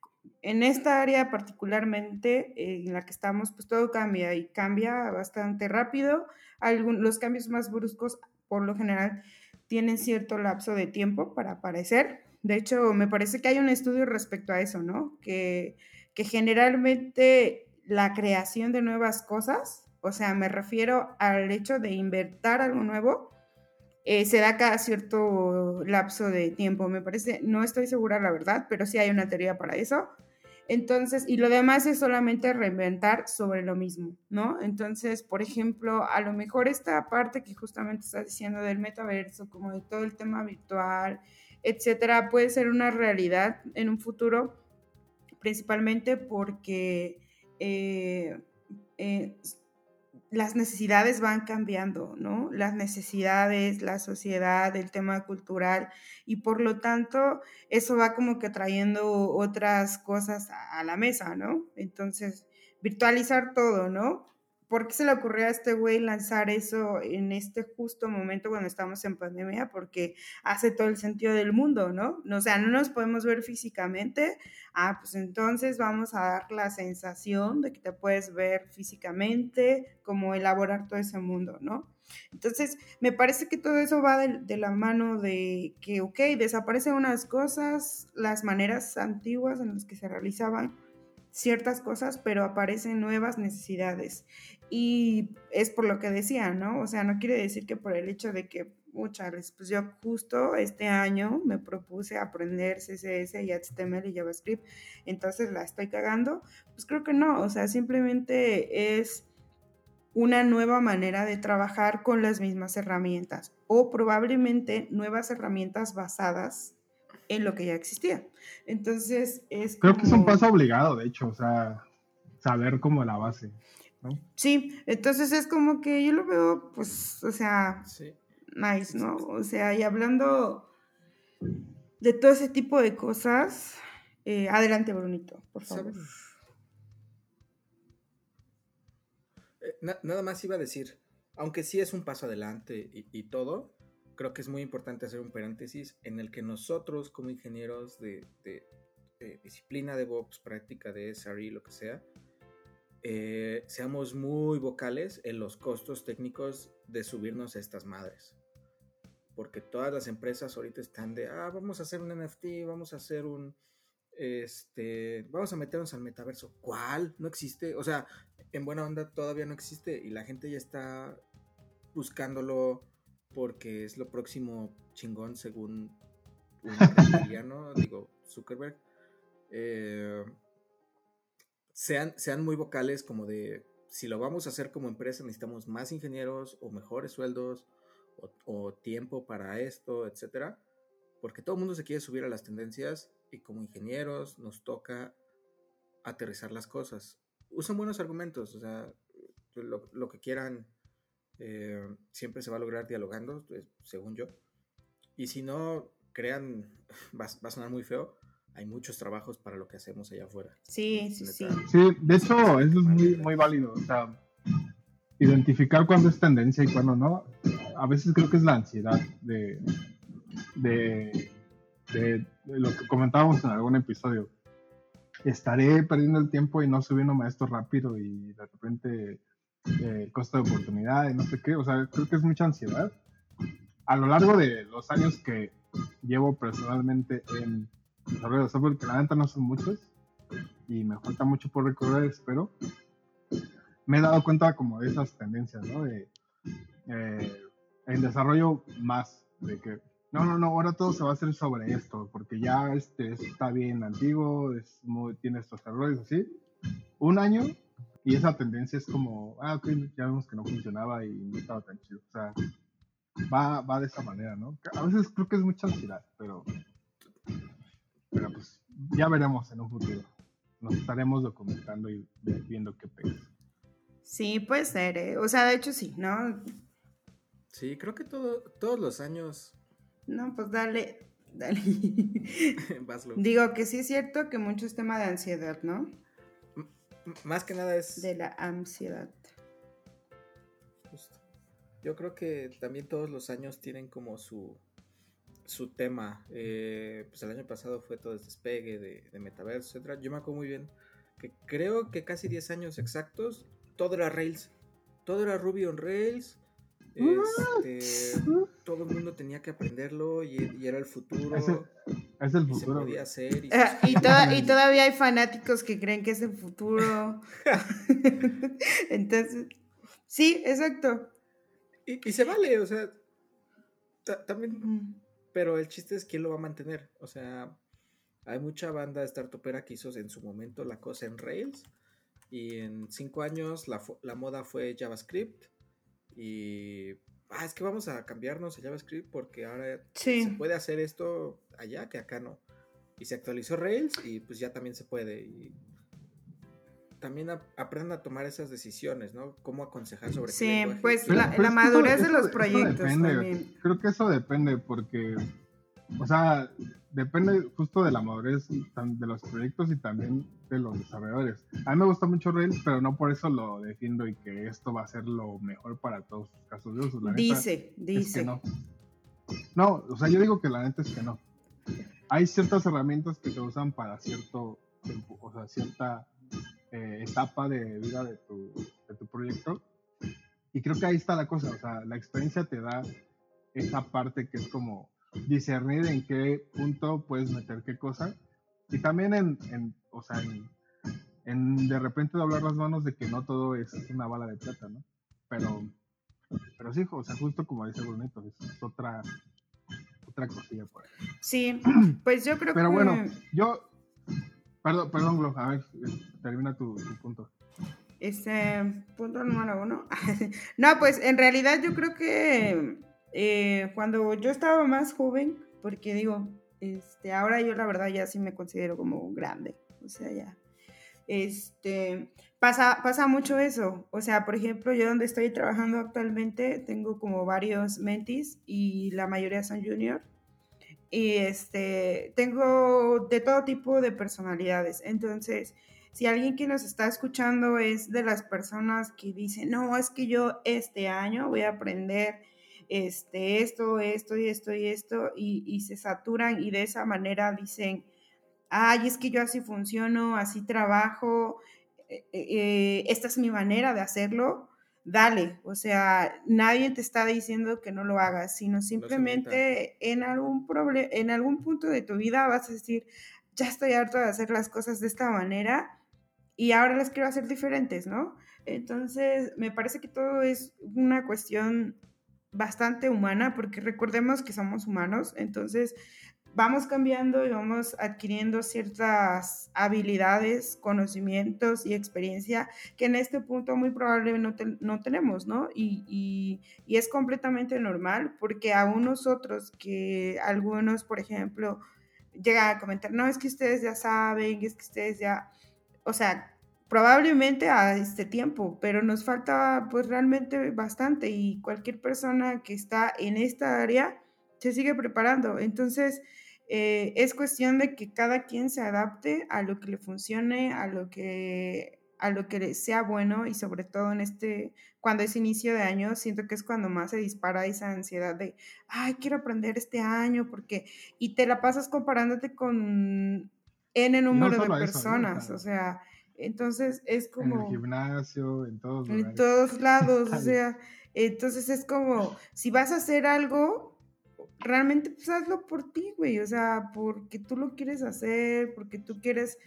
en esta área particularmente en la que estamos, pues todo cambia y cambia bastante rápido. Los cambios más bruscos, por lo general, tienen cierto lapso de tiempo para aparecer. De hecho, me parece que hay un estudio respecto a eso, ¿no? Que generalmente la creación de nuevas cosas, o sea, me refiero al hecho de inventar algo nuevo, se da cada cierto lapso de tiempo, me parece, no estoy segura la verdad, pero sí hay una teoría para eso. Entonces, y lo demás es solamente reinventar sobre lo mismo, ¿no? Entonces, por ejemplo, a lo mejor esta parte que justamente estás diciendo del metaverso, como de todo el tema virtual, etcétera, puede ser una realidad en un futuro, principalmente porque eh, eh, las necesidades van cambiando, ¿no? Las necesidades, la sociedad, el tema cultural, y por lo tanto eso va como que trayendo otras cosas a la mesa, ¿no? Entonces, virtualizar todo, ¿no? ¿Por qué se le ocurrió a este güey lanzar eso en este justo momento cuando estamos en pandemia? Porque hace todo el sentido del mundo, ¿no? O sea, no nos podemos ver físicamente, pues entonces vamos a dar la sensación de que te puedes ver físicamente, como elaborar todo ese mundo, ¿no? Entonces, me parece que todo eso va de la mano de que, ok, desaparecen unas cosas, las maneras antiguas en las que se realizaban ciertas cosas, pero aparecen nuevas necesidades. Y es por lo que decía, ¿no? O sea, no quiere decir que por el hecho de que, muchas, pues yo justo este año me propuse aprender CSS y HTML y JavaScript, entonces la estoy cagando. Pues creo que no, o sea, simplemente es una nueva manera de trabajar con las mismas herramientas o probablemente nuevas herramientas basadas en lo que ya existía. Entonces es Creo que es un como, paso obligado, de hecho, o sea, saber como la base, ¿no? sí, entonces es como que yo lo veo, pues, o sea, Sí, nice, sí, ¿no? O sea, y hablando de todo ese tipo de cosas, adelante, Brunito, por favor. Nada más iba a decir, aunque sí es un paso adelante y todo, creo que es muy importante hacer un paréntesis en el que nosotros como ingenieros de disciplina de DevOps, práctica de SRE, lo que sea, seamos muy vocales en los costos técnicos de subirnos a estas madres. Porque todas las empresas ahorita están de, vamos a hacer un NFT, vamos a hacer vamos a meternos al metaverso. ¿Cuál? No existe. O sea, en buena onda todavía no existe y la gente ya está buscándolo, porque es lo próximo chingón según un reptiliano, digo, Zuckerberg. Sean muy vocales como de, si lo vamos a hacer como empresa necesitamos más ingenieros o mejores sueldos o tiempo para esto, etcétera, porque todo el mundo se quiere subir a las tendencias y como ingenieros nos toca aterrizar las cosas. Usan buenos argumentos, o sea, lo que quieran siempre se va a lograr dialogando, según yo. Y si no, crean, va a sonar muy feo, hay muchos trabajos para lo que hacemos allá afuera. Sí, sí, sí. Sí, de hecho, eso es muy, muy válido. O sea, identificar cuándo es tendencia y cuándo no. A veces creo que es la ansiedad de lo que comentábamos en algún episodio. Estaré perdiendo el tiempo y no subiéndome a esto rápido y de repente costo de oportunidad y no sé qué. O sea, creo que es mucha ansiedad. A lo largo de los años que llevo personalmente en desarrollo de software, que la neta no son muchos y me falta mucho por recorrer, espero, me he dado cuenta como de esas tendencias, ¿no? En desarrollo más, de que no, ahora todo se va a hacer sobre esto, porque ya está bien antiguo, tiene estos errores así. Un año y esa tendencia es como, ok, ya vemos que no funcionaba y no estaba tan chido. O sea, va de esa manera, ¿no? A veces creo que es mucha ansiedad, pero pues ya veremos en un futuro. Nos estaremos documentando y viendo qué pasa. Sí, puede ser, ¿eh? O sea, de hecho sí, ¿no? Sí, creo que todos los años. No, pues dale. Vaslo. Digo que sí es cierto que mucho es tema de ansiedad, ¿no? Más que nada es... De la ansiedad. Justo. Yo creo que también todos los años tienen como su tema. Pues el año pasado fue todo el despegue de metaverso, etc. Yo me acuerdo muy bien que creo que casi 10 años exactos todo era Rails. Todo era Ruby on Rails. Todo el mundo tenía que aprenderlo y era el futuro. Es el futuro. Se podía hacer. Y todavía hay fanáticos que creen que es el futuro. Entonces, sí, exacto. Y se vale, o sea, también. Pero el chiste es quién lo va a mantener. O sea, hay mucha banda startupera que hizo en su momento la cosa en Rails. Y en 5 años la moda fue JavaScript. Y es que vamos a cambiarnos a JavaScript porque ahora se puede hacer esto allá que acá no. Y se actualizó Rails y pues ya también se puede. Y también aprendan a tomar esas decisiones, ¿no? Cómo aconsejar sobre qué lenguaje. Pues la madurez de los proyectos depende, también. Creo que eso depende porque, o sea, depende justo de la madurez de los proyectos y también de los desarrolladores. A mí me gusta mucho Rails, pero no por eso lo defiendo y que esto va a ser lo mejor para todos los casos de uso. La dice. Es que no. No, o sea, yo digo que la neta es que no. Hay ciertas herramientas que se usan para cierto tiempo, o sea, cierta etapa de vida de tu proyecto. Y creo que ahí está la cosa, o sea, la experiencia te da esa parte que es como discernir en qué punto puedes meter qué cosa. Y también en de repente doblar las manos de que no todo es una bala de plata, ¿no? Pero sí, o sea, justo como dice Brunito, es otra cosilla por ahí. Sí, pues yo creo Pero bueno, Perdón, Glo, a ver, termina tu punto. Punto número 1. No, pues en realidad yo creo que cuando yo estaba más joven, porque digo, ahora yo la verdad ya sí me considero como grande, o sea, ya. Pasa mucho eso, o sea, por ejemplo, yo donde estoy trabajando actualmente tengo como varios mentees y la mayoría son junior. Y tengo de todo tipo de personalidades. Entonces, si alguien que nos está escuchando es de las personas que dicen, no, es que yo este año voy a aprender esto y se saturan y de esa manera dicen, ay, es que yo así funciono, así trabajo, esta es mi manera de hacerlo. Dale, o sea, nadie te está diciendo que no lo hagas, sino simplemente en algún punto de tu vida vas a decir, ya estoy harto de hacer las cosas de esta manera y ahora las quiero hacer diferentes, ¿no? Entonces, me parece que todo es una cuestión bastante humana, porque recordemos que somos humanos, entonces vamos cambiando y vamos adquiriendo ciertas habilidades, conocimientos y experiencia que en este punto muy probable no tenemos, ¿no? Y es completamente normal, porque aún nosotros, que algunos, por ejemplo, llegan a comentar, no, es que ustedes ya saben, es que ustedes ya, o sea, probablemente a este tiempo, pero nos falta pues realmente bastante, y cualquier persona que está en esta área se sigue preparando. Entonces, es cuestión de que cada quien se adapte a lo que le funcione, a lo que le sea bueno, y sobre todo cuando es inicio de año, siento que es cuando más se dispara esa ansiedad de, ay, quiero aprender este año, porque, y te la pasas comparándote con N Y no número de solo eso, o personas, o sea, sea, entonces es en el como gimnasio, en todos en lugares. todos lados, o Dale. sea, entonces es como, si vas a hacer algo, realmente pues hazlo por ti, güey, o sea, porque tú lo quieres hacer, porque tú quieres,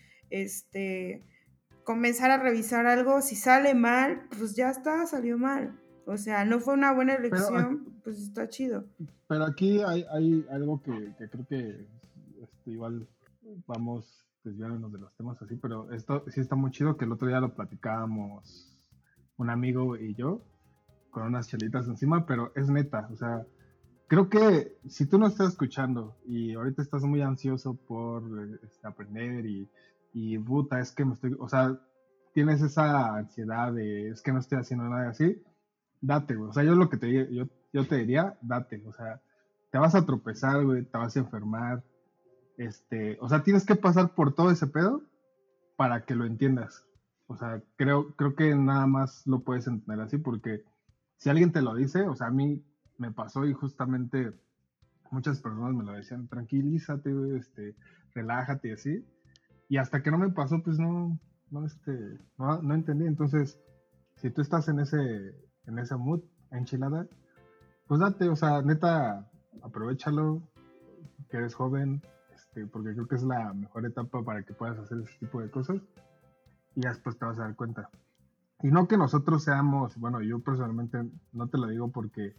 comenzar a revisar algo. Si sale mal, pues ya está, salió mal, o sea, no fue una buena Pero, elección, pues está chido. pero aquí hay algo que creo que igual vamos desviándonos de los temas así, pero esto sí está muy chido, que el otro día lo platicábamos un amigo y yo con unas chelitas encima, pero es neta, o sea, creo que si tú no estás escuchando y ahorita estás muy ansioso por aprender y puta, es que me estoy, o sea, tienes esa ansiedad de es que no estoy haciendo nada así, date, güey. O sea, yo lo que yo te diría, date, o sea, te vas a tropezar, güey, te vas a enfermar, o sea, tienes que pasar por todo ese pedo para que lo entiendas. O sea, creo que nada más lo puedes entender así, porque si alguien te lo dice, o sea, a mí me pasó y justamente muchas personas me lo decían, tranquilízate, güey, relájate y así. Y hasta que no me pasó, pues no entendí. Entonces, si tú estás en ese mood, enchilada, pues date, o sea, neta, aprovechalo, que eres joven, porque creo que es la mejor etapa para que puedas hacer ese tipo de cosas y ya después te vas a dar cuenta. Y no que nosotros seamos, bueno, yo personalmente no te lo digo porque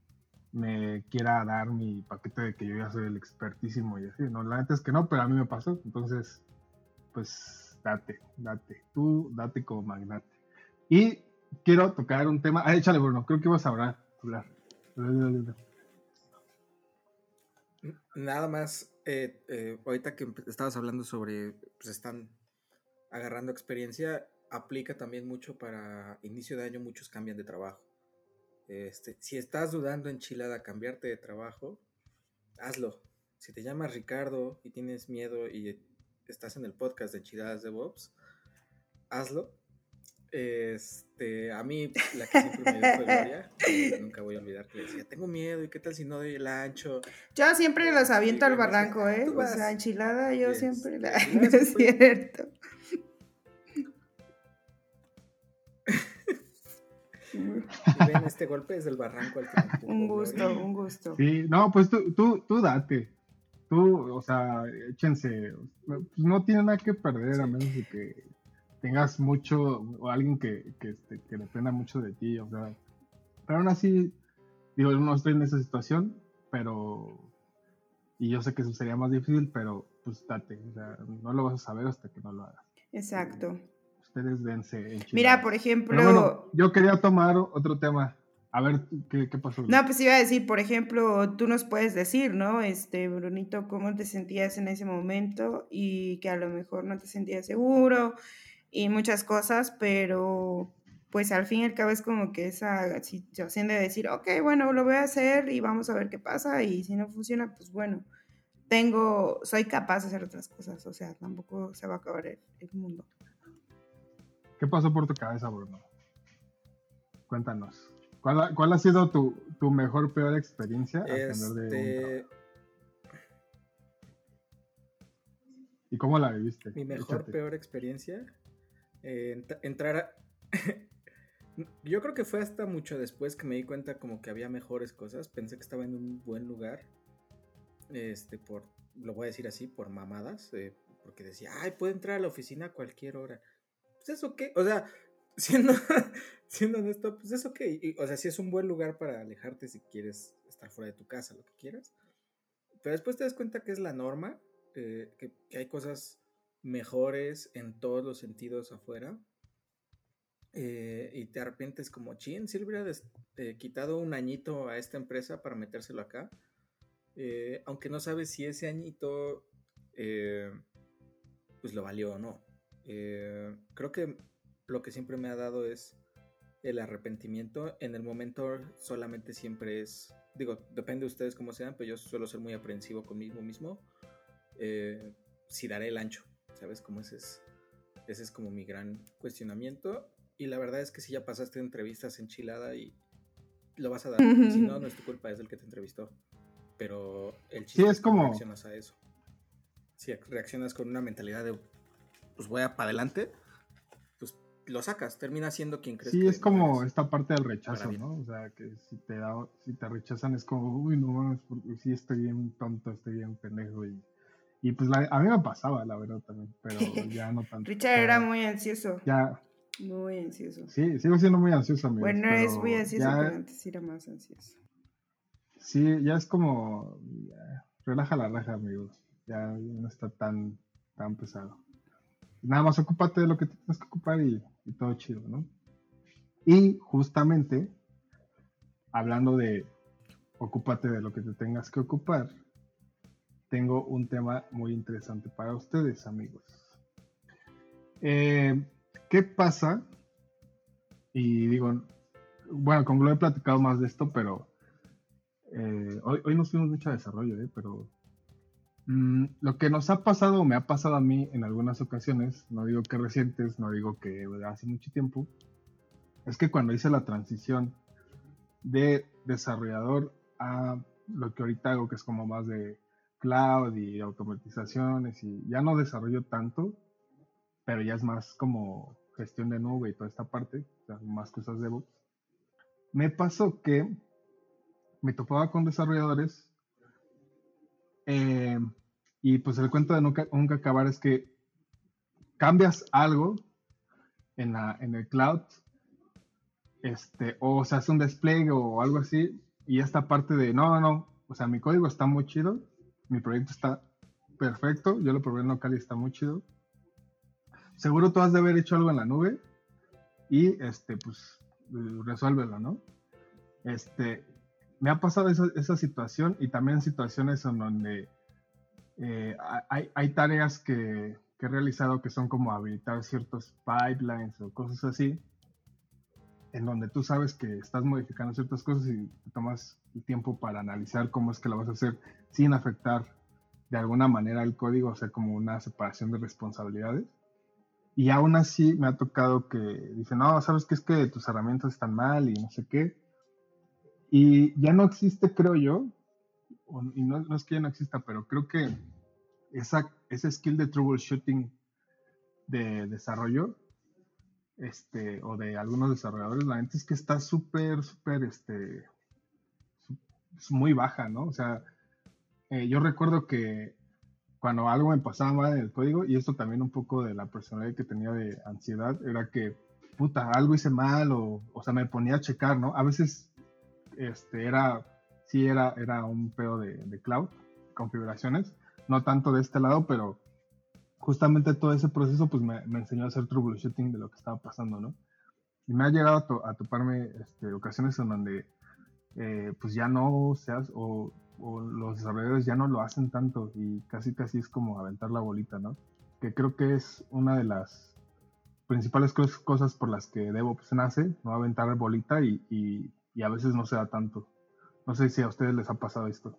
me quiera dar mi paquete de que yo ya soy el expertísimo y así, no, la neta es que no, pero a mí me pasó, entonces, pues date, tú date como magnate. Y quiero tocar un tema, échale Bruno, creo que ibas a hablar. Nada más, ahorita que estabas hablando sobre, pues están agarrando experiencia, aplica también mucho para inicio de año, muchos cambian de trabajo. Si estás dudando en Chilada cambiarte de trabajo, hazlo. Si te llamas Ricardo y tienes miedo y estás en el podcast de Enchiladas de Bobs, hazlo. A mí la que siempre me dio fue Gloria. Nunca voy a olvidar que le decía, tengo miedo, ¿y qué tal si no doy el ancho? Yo siempre los Y aviento al Gloria me decía, barranco, ¿eh? tú O sea, vas. enchilada, yo siempre la... Y No luego es cierto. y ven, este golpe es del barranco al que me empujó Un Gloria. gusto, un gusto. Sí, no, pues tú date. Tú, o sea, échense. Pues no tiene nada que perder a Sí. menos de que tengas mucho o alguien que dependa mucho de ti. O sea, pero aún así, digo, yo no estoy en esa situación, pero. Y yo sé que eso sería más difícil, pero pues date. O sea, no lo vas a saber hasta que no lo hagas. Exacto. Ustedes dense Mira, enchiladas. por Pero bueno, ejemplo, yo quería tomar otro tema. A ver, ¿qué pasó, Luz? no, pues iba a decir, por ejemplo, tú nos puedes decir, ¿no? Brunito, cómo te sentías en ese momento, y que a lo mejor no te sentías seguro y muchas cosas, pero pues al fin y al cabo es como que esa situación de decir, ok, bueno, lo voy a hacer y vamos a ver qué pasa, y si no funciona, pues bueno, soy capaz de hacer otras cosas, o sea, tampoco se va a acabar el mundo. ¿Qué pasó por tu cabeza, Bruno? Cuéntanos. ¿Cuál ha sido tu mejor, peor experiencia al cambiar de un trabajo? ¿Y cómo la viviste? Mi mejor, Échate. peor experiencia, entrar a... Yo creo que fue hasta mucho después que me di cuenta como que había mejores cosas. Pensé que estaba en un buen lugar, lo voy a decir así, por mamadas, porque decía, ay, puedo entrar a la oficina a cualquier hora. Pues eso qué, o sea, siendo, siendo honesto, pues es ok. O sea, sí es un buen lugar para alejarte si quieres estar fuera de tu casa, lo que quieras. Pero después te das cuenta que es la norma, que hay cosas mejores en todos los sentidos afuera. Y te arrepientes como, chin, si le hubiera quitado un añito a esta empresa para metérselo acá. Aunque no sabes si ese añito pues lo valió o no. Creo que lo que siempre me ha dado es el arrepentimiento. En el momento solamente siempre es, digo, depende de ustedes cómo sean, pero yo suelo ser muy aprensivo conmigo mismo. Si daré el ancho, ¿sabes? Como ese es como mi gran cuestionamiento. Y la verdad es que si ya pasaste entrevistas enchilada y lo vas a dar. Y si no, no es tu culpa, es el que te entrevistó. Pero el Sí, chiste es es cómo como, reaccionas a eso. Si reaccionas con una mentalidad de, pues voy a para adelante, pues lo sacas, termina siendo quien crees sí, que es no como eres, esta parte del para rechazo, bien. ¿no? O sea, que si te rechazan es como, uy, no mames, porque sí estoy bien tonto, estoy bien pendejo. Y pues a mí me pasaba, la verdad, también, pero ya no tanto. O Richard era sea, muy ansioso, ya, muy ansioso. sí, sigo siendo muy ansioso, amigos, Bueno, es muy pero ansioso, pero ya, antes era más ansioso. sí, ya es como, ya, relaja la raja, amigos. Ya no está tan pesado. Nada más ocúpate de lo que tienes que ocupar y todo chido, ¿no? Y justamente, hablando de ocúpate de lo que te tengas que ocupar, tengo un tema muy interesante para ustedes, amigos. Eh, ¿Qué pasa? Y digo, bueno, como lo he platicado más de esto, pero hoy nos fuimos mucho a desarrollo, pero lo que nos ha pasado o me ha pasado a mí en algunas ocasiones, no digo que recientes, no digo que hace mucho tiempo, es que cuando hice la transición de desarrollador a lo que ahorita hago, que es como más de cloud y automatizaciones, y ya no desarrollo tanto, pero ya es más como gestión de nube y toda esta parte, o sea, más cosas de DevOps. Me pasó que me topaba con desarrolladores eh, y pues el cuento de nunca acabar es que cambias algo en el cloud, o se hace un despliegue o algo así, y esta parte de, no, o sea, mi código está muy chido, mi proyecto está perfecto, yo lo probé en local y está muy chido. Seguro tú has de haber hecho algo en la nube y, pues, resuélvelo, ¿no? Este, Me ha pasado esa situación y también situaciones en donde hay tareas que he realizado que son como habilitar ciertos pipelines o cosas así, en donde tú sabes que estás modificando ciertas cosas y te tomas el tiempo para analizar cómo es que lo vas a hacer sin afectar de alguna manera el código, o sea, como una separación de responsabilidades. Y aún así me ha tocado que dicen, no, sabes que es que tus herramientas están mal y no sé qué. Y ya no existe, creo yo, y no es que ya no exista, pero creo que ese skill de troubleshooting de desarrollo, o de algunos desarrolladores, la gente es que está súper, es muy baja, ¿no? O sea, yo recuerdo que cuando algo me pasaba mal en el código, y esto también un poco de la personalidad que tenía de ansiedad, era que, puta, algo hice mal, o sea, me ponía a checar, ¿no? A veces, era un pedo de cloud, configuraciones, no tanto de este lado, pero justamente todo ese proceso, pues me enseñó a hacer troubleshooting de lo que estaba pasando, ¿no? Y me ha llegado a toparme ocasiones en donde pues ya no seas o los desarrolladores ya no lo hacen tanto y casi es como aventar la bolita, ¿no? Que creo que es una de las principales cosas por las que DevOps nace, no aventar bolita y a veces no se da tanto. No sé si a ustedes les ha pasado esto.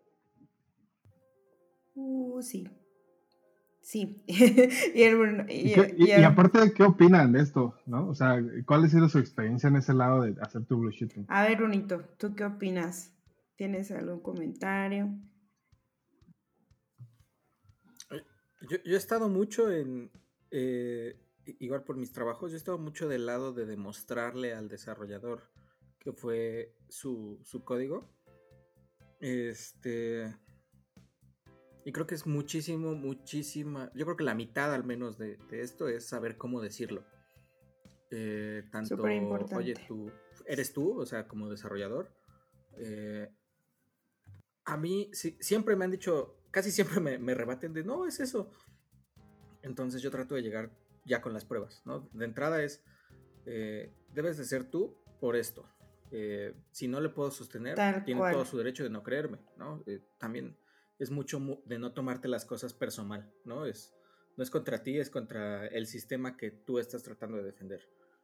Sí. Sí. y el Bruno, Y aparte, ¿qué opinan de esto? ¿No? O sea, ¿cuál ha sido su experiencia en ese lado de hacer troubleshooting? A ver, Brunito, ¿tú qué opinas? ¿Tienes algún comentario? Yo he estado mucho igual por mis trabajos, yo he estado mucho del lado de demostrarle al desarrollador que fue su código. Y creo que es muchísima, yo creo que la mitad al menos de esto es saber cómo decirlo. Tanto, Súper oye, importante. eres tú, o sea, como desarrollador. A mí siempre me han dicho, casi siempre me rebaten de, no, es eso. Entonces yo trato de llegar ya con las pruebas, ¿no? De entrada es, debes de ser tú por esto. Si no le puedo sostener, Tal tiene todo cual. su derecho de no creerme, ¿no? También es mucho de no tomarte las cosas personal, ¿no? No es contra ti, es contra el sistema que tú estás tratando de defender.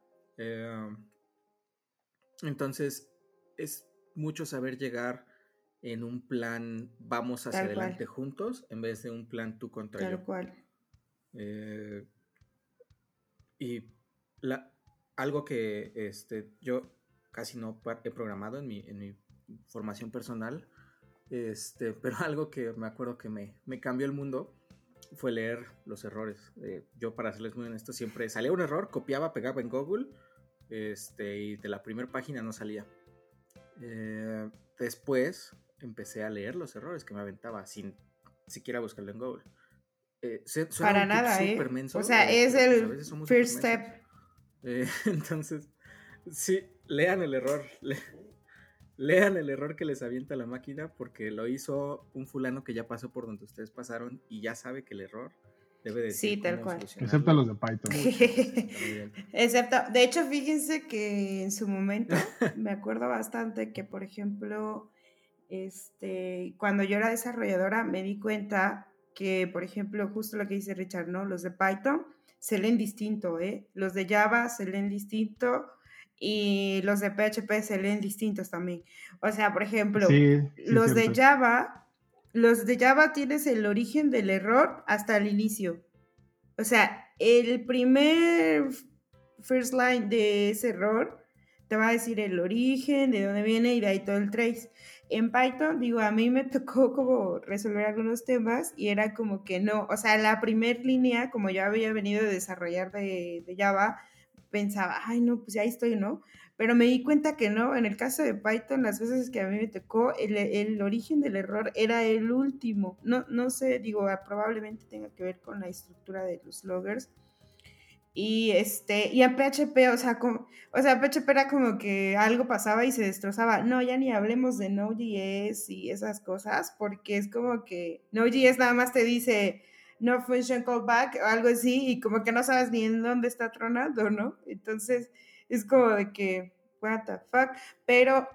Entonces, es mucho saber llegar en un plan vamos hacia Tal cual. adelante juntos en vez de un plan tú contra yo. Tal cual. Eh, y algo que yo casi no he programado en mi formación personal, pero algo que me acuerdo que me cambió el mundo fue leer los errores. Yo, para serles muy honesto, siempre salía un error, copiaba, pegaba en Google, y de la primera página no salía. Después empecé a leer los errores que me aventaba sin siquiera buscarlo en Google. Suena Para un tip nada, súper ¿eh? O menso, sea, es pero pues a el veces somos súper first mensos. step. Entonces, sí, lean el error. Lean el error que les avienta la máquina, porque lo hizo un fulano que ya pasó por donde ustedes pasaron y ya sabe que el error debe decir Sí, tal cómo cual. Excepto los solucionarlo de Python. mucho antes. También. Excepto, de hecho, fíjense que en su momento me acuerdo bastante que, por ejemplo, cuando yo era desarrolladora me di cuenta que, por ejemplo, justo lo que dice Richard, ¿no? Los de Python se leen distinto, ¿eh? Los de Java se leen distinto y los de PHP se leen distintos también. O sea, por ejemplo, Sí, sí, es los de cierto. Java, los de Java tienes el origen del error hasta el inicio. O sea, el primer first line de ese error te va a decir el origen, de dónde viene y de ahí todo el trace. En Python, digo, a mí me tocó como resolver algunos temas y era como que no, o sea, la primer línea, como yo había venido a desarrollar de Java, pensaba, ay, no, pues ya estoy, ¿no? Pero me di cuenta que no, en el caso de Python, las veces que a mí me tocó, el origen del error era el último. No, no sé, digo, probablemente tenga que ver con la estructura de los loggers. Y en PHP, o sea, PHP era como que algo pasaba y se destrozaba. No, ya ni hablemos de Node.js y esas cosas, porque es como que Node.js nada más te dice no function callback o algo así, y como que no sabes ni en dónde está tronando, ¿no? Entonces, es como de que, what the fuck. Pero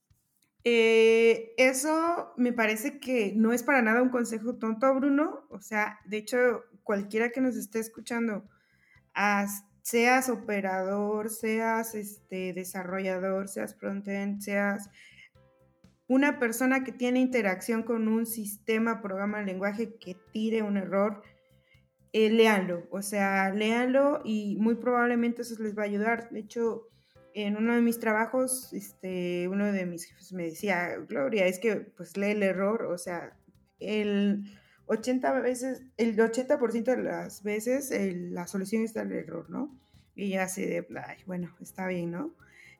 eso me parece que no es para nada un consejo tonto, Bruno. O sea, de hecho, cualquiera que nos esté escuchando, seas operador, seas desarrollador, seas frontend, seas una persona que tiene interacción con un sistema, programa, lenguaje que tire un error, léanlo. O sea, léanlo y muy probablemente eso les va a ayudar. De hecho, en uno de mis trabajos, uno de mis jefes me decía, Gloria, es que pues lee el error, o sea, el 80% de las veces la solución está en el error, ¿no? Y ya así de, ay, bueno, está bien, ¿no?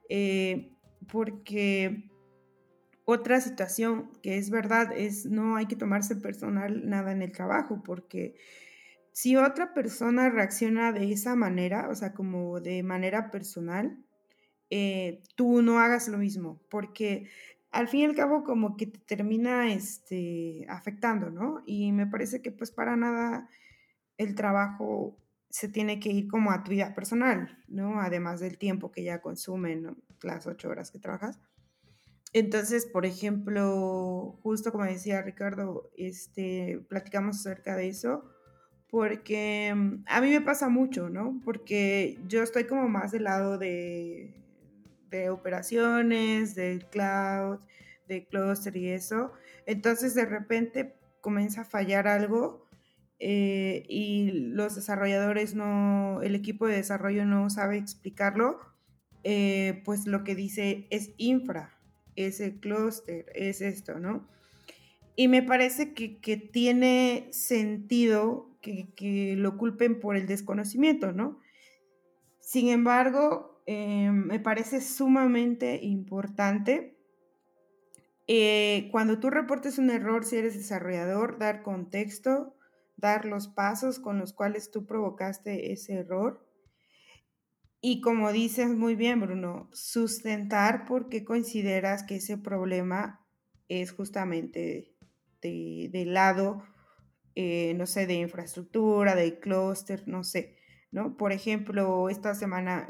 Porque otra situación que es verdad es no hay que tomarse personal nada en el trabajo, porque si otra persona reacciona de esa manera, o sea, como de manera personal, tú no hagas lo mismo, porque al fin y al cabo como que te termina afectando, ¿no? Y me parece que pues para nada el trabajo se tiene que ir como a tu vida personal, ¿no? Además del tiempo que ya consumen, ¿no? Las 8 horas que trabajas. Entonces, por ejemplo, justo como decía Ricardo, platicamos acerca de eso, porque a mí me pasa mucho, ¿no? Porque yo estoy como más del lado de operaciones, del cloud, de cluster y eso. Entonces, de repente comienza a fallar algo y los desarrolladores el equipo de desarrollo no sabe explicarlo, pues lo que dice es infra, es el clúster, es esto, ¿no? Y me parece que tiene sentido que lo culpen por el desconocimiento, ¿no? Sin embargo, me parece sumamente importante cuando tú reportes un error, si eres desarrollador, dar contexto, dar los pasos con los cuales tú provocaste ese error Y como dices muy bien, Bruno, sustentar por qué consideras que ese problema es justamente del lado, no sé, de infraestructura, de clúster, no sé, ¿no? Por ejemplo, esta semana,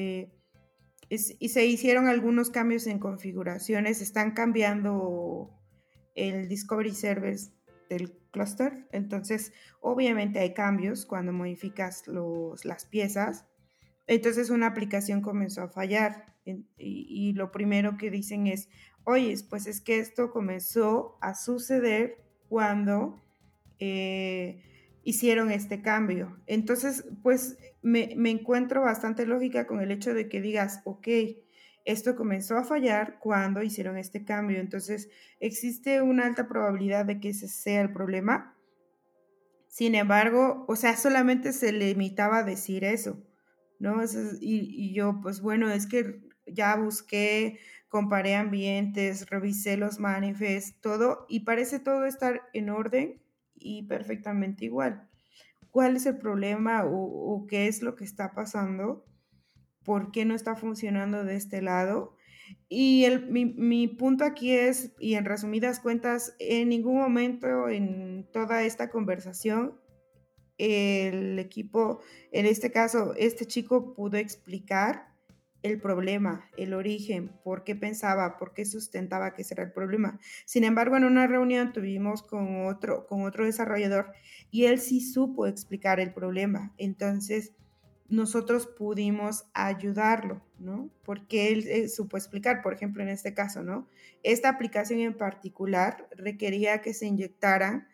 y se hicieron algunos cambios en configuraciones, están cambiando el Discovery Servers del clúster, entonces obviamente hay cambios cuando modificas las piezas. Entonces una aplicación comenzó a fallar y lo primero que dicen es, oye, pues es que esto comenzó a suceder cuando eh, hicieron este cambio. Entonces, pues me encuentro bastante lógica con el hecho de que digas, ok, esto comenzó a fallar cuando hicieron este cambio. Entonces, existe una alta probabilidad de que ese sea el problema. Sin embargo, o sea, solamente se limitaba a decir eso, ¿no? Y yo, pues bueno, es que ya busqué, comparé ambientes, revisé los manifests, todo, y parece todo estar en orden y perfectamente igual. ¿Cuál es el problema o qué es lo que está pasando? ¿Por qué no está funcionando de este lado? Y mi punto aquí es, y en resumidas cuentas, en ningún momento en toda esta conversación el equipo, en este caso, este chico pudo explicar el problema, el origen, por qué pensaba, por qué sustentaba que ese era el problema. Sin embargo, en una reunión tuvimos con otro desarrollador y él sí supo explicar el problema. Entonces, nosotros pudimos ayudarlo, ¿no? Porque él supo explicar, por ejemplo, en este caso, ¿no? Esta aplicación en particular requería que se inyectaran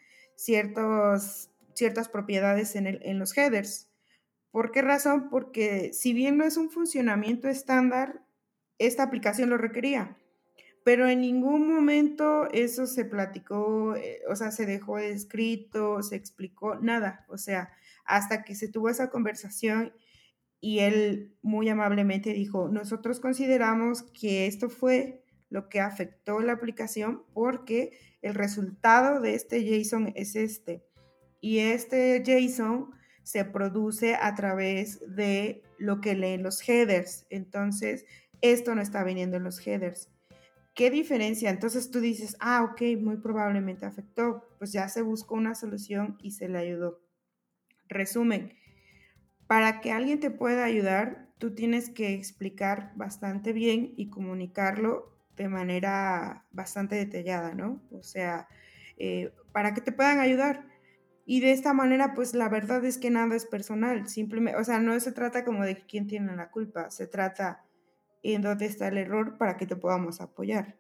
ciertas propiedades en los headers. ¿Por qué razón? Porque si bien no es un funcionamiento estándar, esta aplicación lo requería, pero en ningún momento eso se platicó, o sea, se dejó escrito, se explicó, nada, o sea, hasta que se tuvo esa conversación y él muy amablemente dijo, nosotros consideramos que esto fue lo que afectó la aplicación porque el resultado de este JSON es este. Y este JSON se produce a través de lo que leen los headers. Entonces, esto no está viniendo en los headers. ¿Qué diferencia? Entonces tú dices, ok, muy probablemente afectó. Pues ya se buscó una solución y se le ayudó. Resumen, para que alguien te pueda ayudar, tú tienes que explicar bastante bien y comunicarlo de manera bastante detallada, ¿no? O sea, para que te puedan ayudar. Y de esta manera, pues la verdad es que nada es personal, simplemente, o sea, no se trata como de quién tiene la culpa, se trata en dónde está el error para que te podamos apoyar.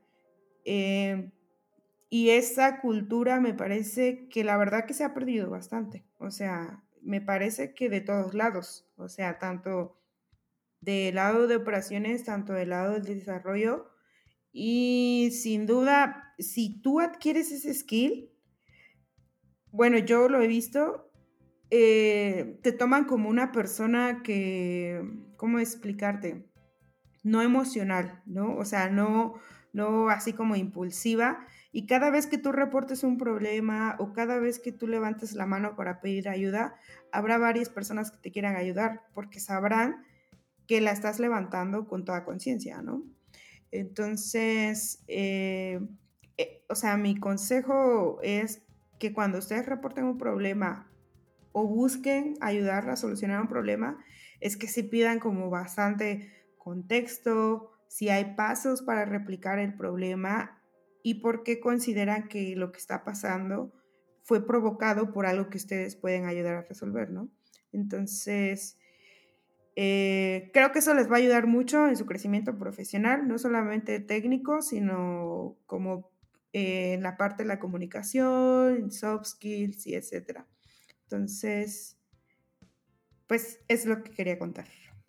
Y esa cultura me parece que la verdad que se ha perdido bastante, o sea, me parece que de todos lados, o sea, tanto del lado de operaciones, tanto del lado del desarrollo, y sin duda, si tú adquieres ese skill, bueno, yo lo he visto, te toman como una persona que, ¿cómo explicarte? No emocional, ¿no? O sea, no así como impulsiva. Y cada vez que tú reportes un problema o cada vez que tú levantes la mano para pedir ayuda, habrá varias personas que te quieran ayudar porque sabrán que la estás levantando con toda conciencia, ¿no? Entonces, o sea, mi consejo es que cuando ustedes reporten un problema o busquen ayudar a solucionar un problema, es que se pidan como bastante contexto, si hay pasos para replicar el problema y por qué consideran que lo que está pasando fue provocado por algo que ustedes pueden ayudar a resolver, ¿no? Entonces, creo que eso les va a ayudar mucho en su crecimiento profesional, no solamente técnico, sino como en la parte de la comunicación, soft skills y etcétera. Entonces, pues es lo que quería contar.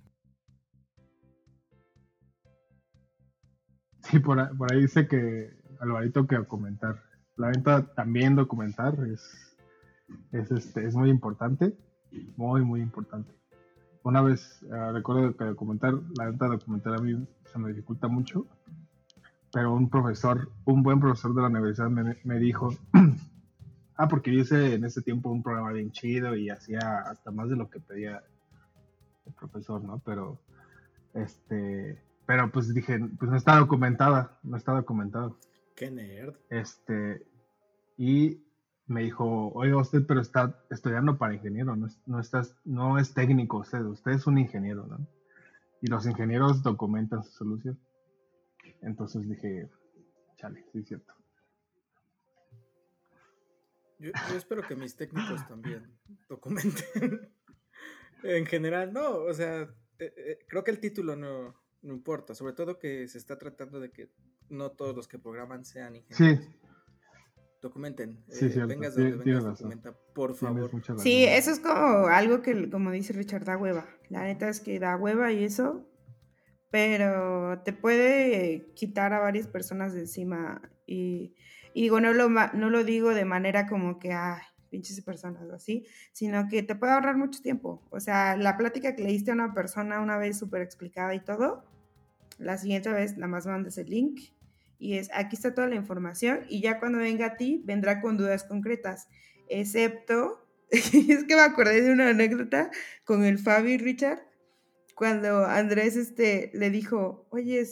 Sí, por ahí dice que Alvarito que documentar. La venta también documentar es muy importante, muy importante. Una vez recuerdo que la venta documental a mí se me dificulta mucho, pero un buen profesor de la universidad me dijo, porque yo hice en ese tiempo un programa bien chido y hacía hasta más de lo que pedía profesor, ¿no? Pero pues dije, pues no está documentado. Qué nerd. Y me dijo, oiga, usted, pero está estudiando para ingeniero, no es técnico usted es un ingeniero, ¿no? Y los ingenieros documentan su solución. Entonces dije, chale, sí es cierto. Yo espero que mis técnicos también documenten. En general, no, o sea, creo que el título no importa, sobre todo que se está tratando de que no todos los que programan sean ingenieros. Sí. Documenten, Sí, cierto. vengas de donde vengas, documenta, por favor. Sí, eso es como algo que, como dice Richard, da hueva. La neta es que da hueva y eso, pero te puede quitar a varias personas de encima. Y digo, no lo digo de manera como que, ay, pinches personas así, sino que te puede ahorrar mucho tiempo. O sea, la plática que le diste a una persona una vez súper explicada y todo, la siguiente vez nada más mandas el link y aquí está toda la información, y ya cuando venga a ti, vendrá con dudas concretas, excepto, es que me acordé de una anécdota con el Fabi Richard, cuando Andrés le dijo, oye,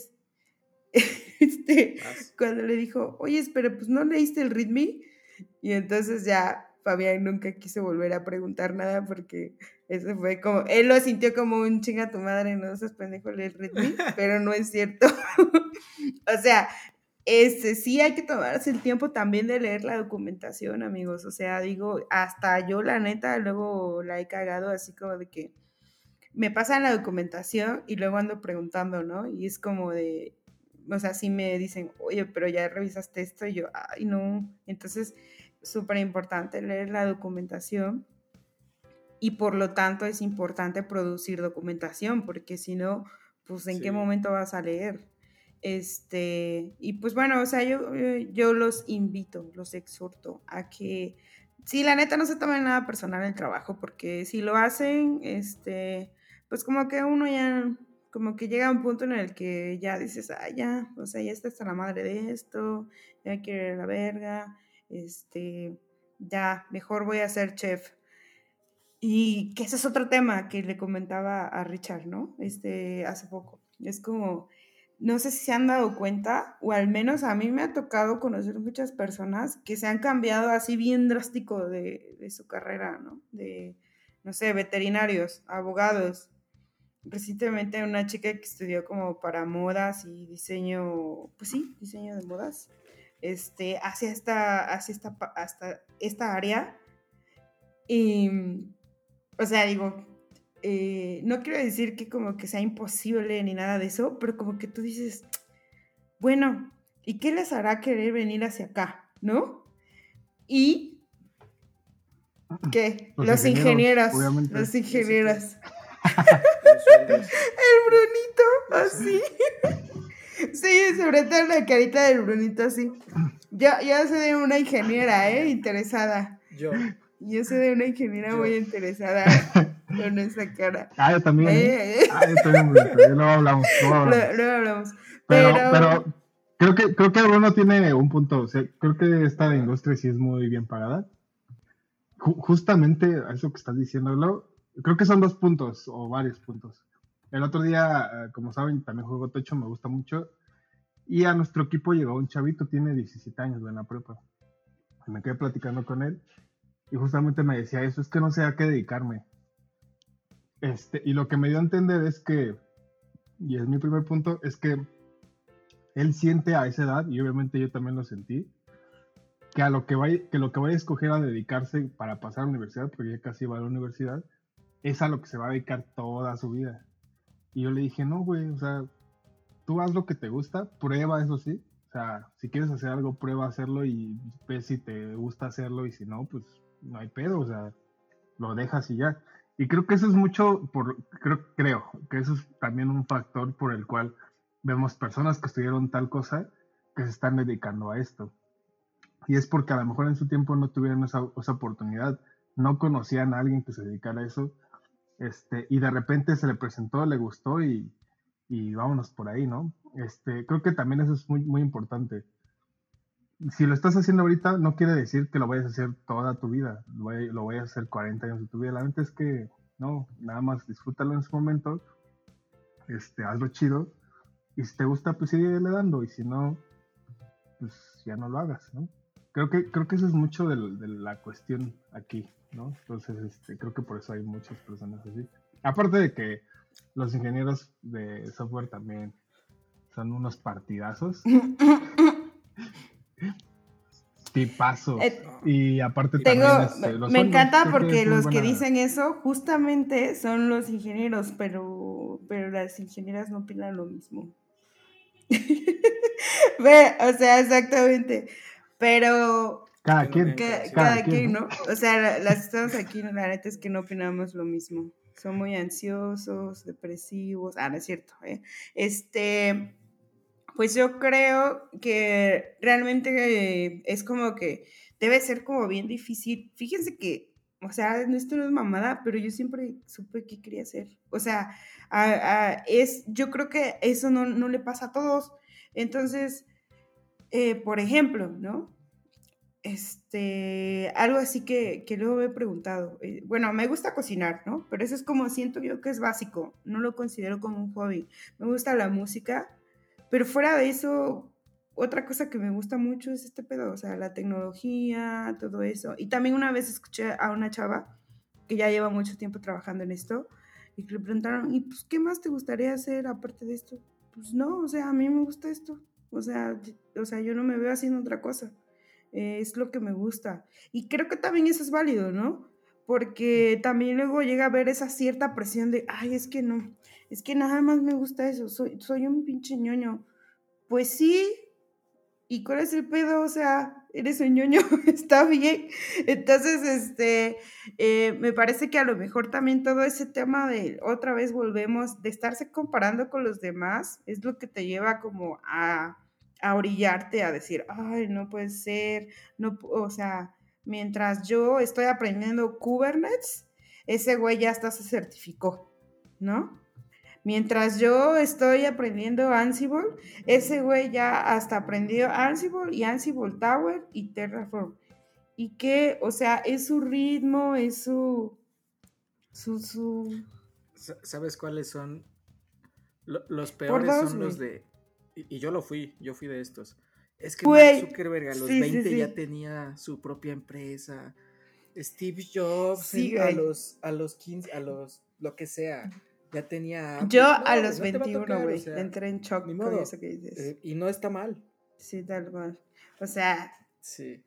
cuando le dijo, oye, pero pues no leíste el README, y entonces ya Fabián nunca quiso volver a preguntar nada porque eso fue como, él lo sintió como un chinga tu madre, no seas pendejo leer README, pero no es cierto. O sea, sí hay que tomarse el tiempo también de leer la documentación, amigos. O sea, digo, hasta yo la neta luego la he cagado así como de que me pasan la documentación y luego ando preguntando, ¿no? Y es como de, o sea, sí me dicen, oye, pero ya revisaste esto, y yo, ay, no. Entonces, súper importante leer la documentación, y por lo tanto es importante producir documentación, porque si no, pues ¿en qué momento vas a leer? Y pues bueno, o sea, yo los invito, los exhorto a que, sí, la neta no se tomen nada personal el trabajo, porque si lo hacen, pues como que uno ya, como que llega a un punto en el que ya dices, ah, ya, o sea, ya está hasta la madre de esto, ya quiero ir a la verga, ya, mejor voy a ser chef. Y que ese es otro tema que le comentaba a Richard, ¿no? Hace poco. Es como, no sé si se han dado cuenta, o al menos a mí me ha tocado conocer muchas personas que se han cambiado así bien drástico de su carrera, ¿no? De, no sé, veterinarios, abogados. Recientemente una chica que estudió como para modas y diseño, pues sí, diseño de modas, hacia esta área. Y, o sea, digo, no quiero decir que como que sea imposible ni nada de eso, pero como que tú dices, bueno, ¿y qué les hará querer venir hacia acá? ¿No? Y ¿qué? Los ingenieros, obviamente. Los ingenieros. El Brunito, así. Sí, sobre todo la carita del Brunito, así. Yo soy de una ingeniera, interesada. Yo soy de una ingeniera muy interesada con esa cara. Yo también. Yo también, luego hablamos. Luego hablamos. Pero creo que Bruno tiene un punto. O sea, creo que esta industria sí es muy bien pagada. Justamente a eso que estás diciéndolo, creo que son 2 puntos o varios puntos. El otro día, como saben, también juego Tocho, me gusta mucho. Y a nuestro equipo llegó un chavito, tiene 17 años, en la prepa. Y me quedé platicando con él. Y justamente me decía eso, es que no sé a qué dedicarme. Y lo que me dio a entender es que, y es mi primer punto, es que él siente a esa edad, y obviamente yo también lo sentí, que lo que vaya a escoger a dedicarse para pasar a la universidad, porque ya casi va a la universidad, es a lo que se va a dedicar toda su vida. Y yo le dije, no, güey, o sea, tú haz lo que te gusta, prueba, eso sí. O sea, si quieres hacer algo, prueba a hacerlo y ves si te gusta hacerlo, y si no, pues no hay pedo, o sea, lo dejas y ya. Y creo que eso es mucho, creo que eso es también un factor por el cual vemos personas que estudiaron tal cosa que se están dedicando a esto. Y es porque a lo mejor en su tiempo no tuvieron esa oportunidad, no conocían a alguien que se dedicara a eso, y de repente se le presentó, le gustó y vámonos por ahí, ¿no? Creo que también eso es muy, muy importante. Si lo estás haciendo ahorita, no quiere decir que lo vayas a hacer toda tu vida, lo vayas a hacer 40 años de tu vida. La verdad es que no, nada más disfrútalo en su momento, hazlo chido, y si te gusta, pues sigue le dando, y si no, pues ya no lo hagas, ¿no? Creo que eso es mucho de la cuestión aquí, ¿no? Entonces, creo que por eso hay muchas personas así. Aparte de que los ingenieros de software también son unos partidazos. Tipazos. Y aparte también me encanta porque los que dicen eso justamente son los ingenieros, pero las ingenieras no opinan lo mismo. O sea, exactamente. Pero cada quien, ¿no? O sea, las que estamos aquí, la neta es que no opinamos lo mismo. Son muy ansiosos, depresivos. No es cierto, pues yo creo que realmente es como que debe ser como bien difícil. Fíjense que, o sea, esto no es mamada, pero yo siempre supe qué quería hacer. O sea, yo creo que eso no le pasa a todos. Entonces, por ejemplo, ¿no? Algo así que luego me he preguntado. Bueno, me gusta cocinar, ¿no? Pero eso es como siento yo que es básico. No lo considero como un hobby. Me gusta la música. Pero fuera de eso, otra cosa que me gusta mucho es este pedo, o sea, la tecnología, todo eso. Y también una vez escuché a una chava que ya lleva mucho tiempo trabajando en esto y que le preguntaron, ¿y pues qué más te gustaría hacer aparte de esto? Pues no, o sea, a mí me gusta esto. O sea, yo no me veo haciendo otra cosa. Es lo que me gusta. Y creo que también eso es válido, ¿no? Porque también luego llega a haber esa cierta presión de, ay, es que no, es que nada más me gusta eso, soy un pinche ñoño. Pues sí, ¿y cuál es el pedo? O sea, eres un ñoño, está bien. Entonces, me parece que a lo mejor también todo ese tema de, otra vez volvemos, de estarse comparando con los demás, es lo que te lleva como a orillarte, a decir, ay, no puede ser, no, o sea, mientras yo estoy aprendiendo Kubernetes, ese güey ya hasta se certificó, ¿no? Mientras yo estoy aprendiendo Ansible, ese güey ya hasta aprendió Ansible y Ansible Tower y Terraform. Y que, o sea, es su ritmo, es su... ¿Sabes cuáles son? Los peores son los de... Y yo fui de estos. Es que Mark Zuckerberg a los 20 ya tenía su propia empresa. Steve Jobs a los 15, a los lo que sea, ya tenía... Yo a los 21, güey, entré en shock con eso que dices. Y no está mal. Sí, tal cual. O sea... Sí.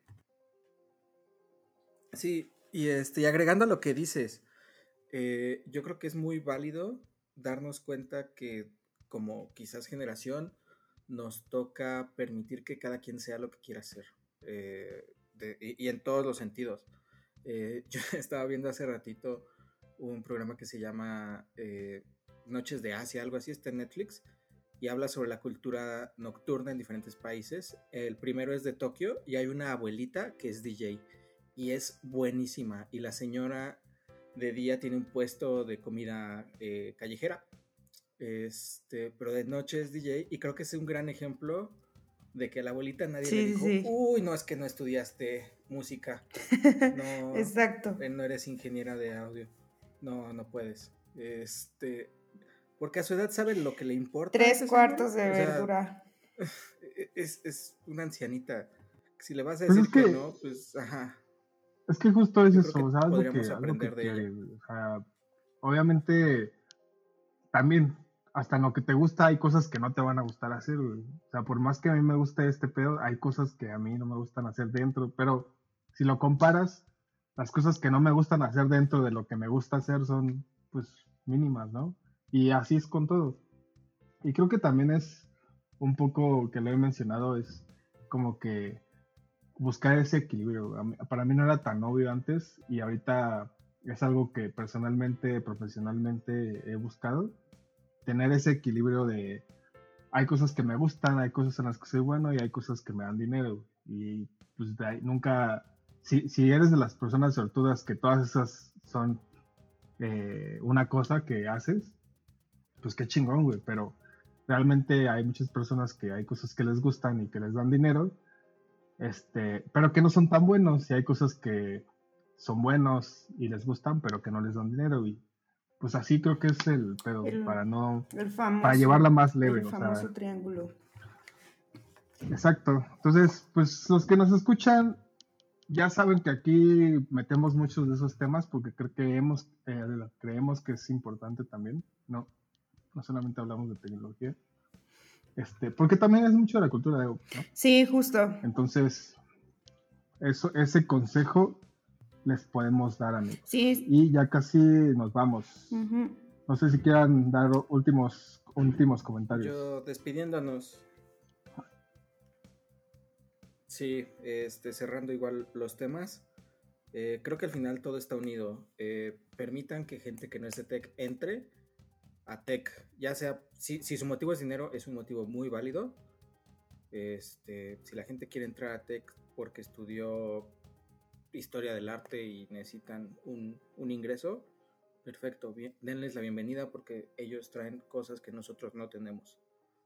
Sí, y agregando a lo que dices, yo creo que es muy válido darnos cuenta que como quizás generación nos toca permitir que cada quien sea lo que quiera hacer, y en todos los sentidos. Yo estaba viendo hace ratito un programa que se llama Noches de Asia, algo así, está en Netflix, y habla sobre la cultura nocturna en diferentes países. El primero es de Tokio y hay una abuelita que es DJ y es buenísima, y la señora de día tiene un puesto de comida callejera, pero de noche es DJ, y creo que es un gran ejemplo de que a la abuelita nadie le dijo, uy, no, es que no estudiaste música, no, exacto, no eres ingeniera de audio, no puedes, porque a su edad sabe lo que le importa. 3 cuartos de verdura. Es una ancianita. Si le vas a decir que no, pues ajá. Es que justo es eso, o sea, podríamos aprender de ella. O sea, obviamente también hasta en lo que te gusta hay cosas que no te van a gustar hacer, güey. O sea, por más que a mí me guste este pedo, hay cosas que a mí no me gustan hacer dentro, pero si lo comparas, las cosas que no me gustan hacer dentro de lo que me gusta hacer son, pues, mínimas, ¿no? Y así es con todo. Y creo que también es un poco, que lo he mencionado, es como que buscar ese equilibrio. Para mí no era tan obvio antes y ahorita es algo que personalmente, profesionalmente he buscado. Tener ese equilibrio de hay cosas que me gustan, hay cosas en las que soy bueno y hay cosas que me dan dinero. Y pues de ahí, nunca, si eres de las personas sortudas que todas esas son una cosa que haces, pues qué chingón, güey. Pero realmente hay muchas personas que hay cosas que les gustan y que les dan dinero, pero que no son tan buenos, y hay cosas que son buenos y les gustan, pero que no les dan dinero, pues así creo que es el pedo, para el llevarla más leve. El famoso triángulo. Exacto. Entonces, pues los que nos escuchan ya saben que aquí metemos muchos de esos temas porque creemos que es importante también. No solamente hablamos de tecnología. Porque también es mucho de la cultura de DevOps, ¿no? Sí, justo. Entonces, ese consejo les podemos dar, amigos. Sí. Y ya casi nos vamos. Uh-huh. No sé si quieran dar últimos comentarios. Yo despidiéndonos. Sí, cerrando igual los temas. Creo que al final todo está unido. Permitan que gente que no es de tech entre a tech, ya sea, si su motivo es dinero, es un motivo muy válido. Si la gente quiere entrar a tech porque estudió historia del arte y necesitan un ingreso, perfecto, bien, denles la bienvenida porque ellos traen cosas que nosotros no tenemos.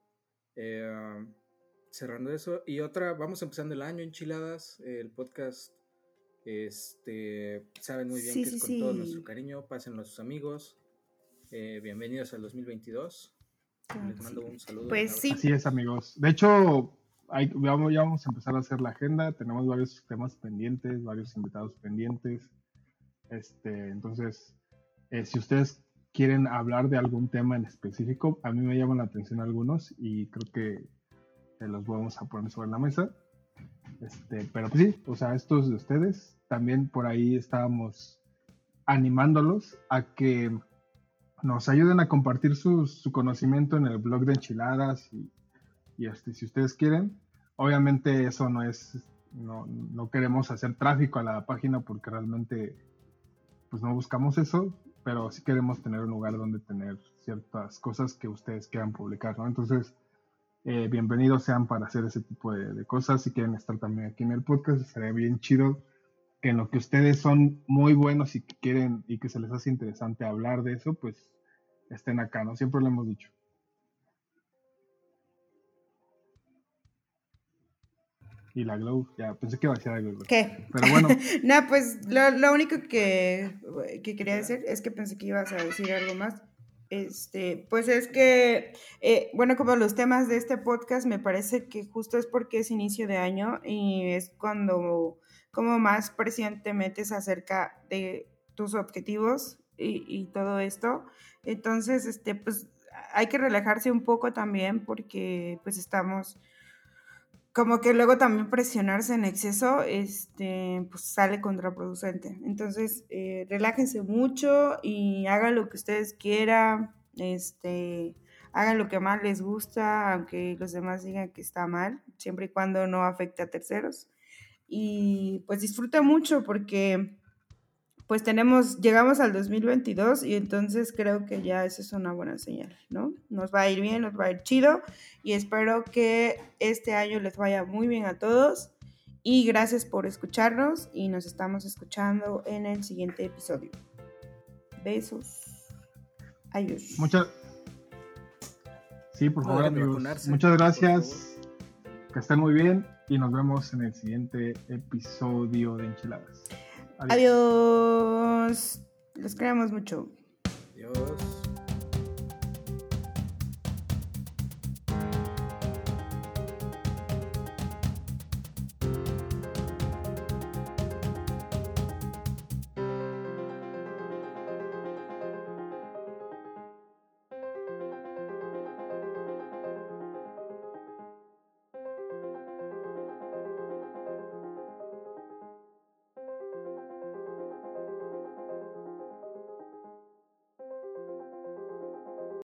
Cerrando eso, y otra, vamos empezando el año, enchiladas, el podcast, saben muy bien que es con todo nuestro cariño, pásenlo a sus amigos. Bienvenidos al 2022. Les mando un saludo. Pues sí. Así es, amigos. De hecho, ya vamos a empezar a hacer la agenda. Tenemos varios temas pendientes, varios invitados pendientes. Entonces, si ustedes quieren hablar de algún tema en específico, a mí me llaman la atención algunos y creo que los vamos a poner sobre la mesa. Pero pues sí, o sea, estos de ustedes, también por ahí estábamos animándolos a que nos ayuden a compartir su conocimiento en el blog de Enchiladas y si ustedes quieren. Obviamente eso no queremos hacer tráfico a la página porque realmente pues no buscamos eso, pero sí queremos tener un lugar donde tener ciertas cosas que ustedes quieran publicar, ¿no? Entonces, bienvenidos sean para hacer ese tipo de cosas. Si quieren estar también aquí en el podcast, sería bien chido que en lo que ustedes son muy buenos y que quieren y que se les hace interesante hablar de eso, pues estén acá, ¿no? Siempre lo hemos dicho. Y la Glow, ya pensé que iba a decir algo. ¿Qué? Pero bueno. No, pues lo único que quería decir es que pensé que ibas a decir algo más. Pues es que, bueno, como los temas de este podcast, me parece que justo es porque es inicio de año y es cuando como más presión te metes acerca de tus objetivos y todo esto. Entonces, pues hay que relajarse un poco también porque pues estamos como que luego también presionarse en exceso, pues sale contraproducente. Entonces, relájense mucho y hagan lo que ustedes quieran, hagan lo que más les gusta, aunque los demás digan que está mal, siempre y cuando no afecte a terceros. Y pues disfruta mucho porque pues llegamos al 2022 y entonces creo que ya eso es una buena señal, ¿no? Nos va a ir bien, nos va a ir chido y espero que este año les vaya muy bien a todos y gracias por escucharnos y nos estamos escuchando en el siguiente episodio. Besos. Adiós. Sí, por favor, amigos. Muchas gracias. Que estén muy bien y nos vemos en el siguiente episodio de Enchiladas. Adiós. Los queremos mucho. Adiós.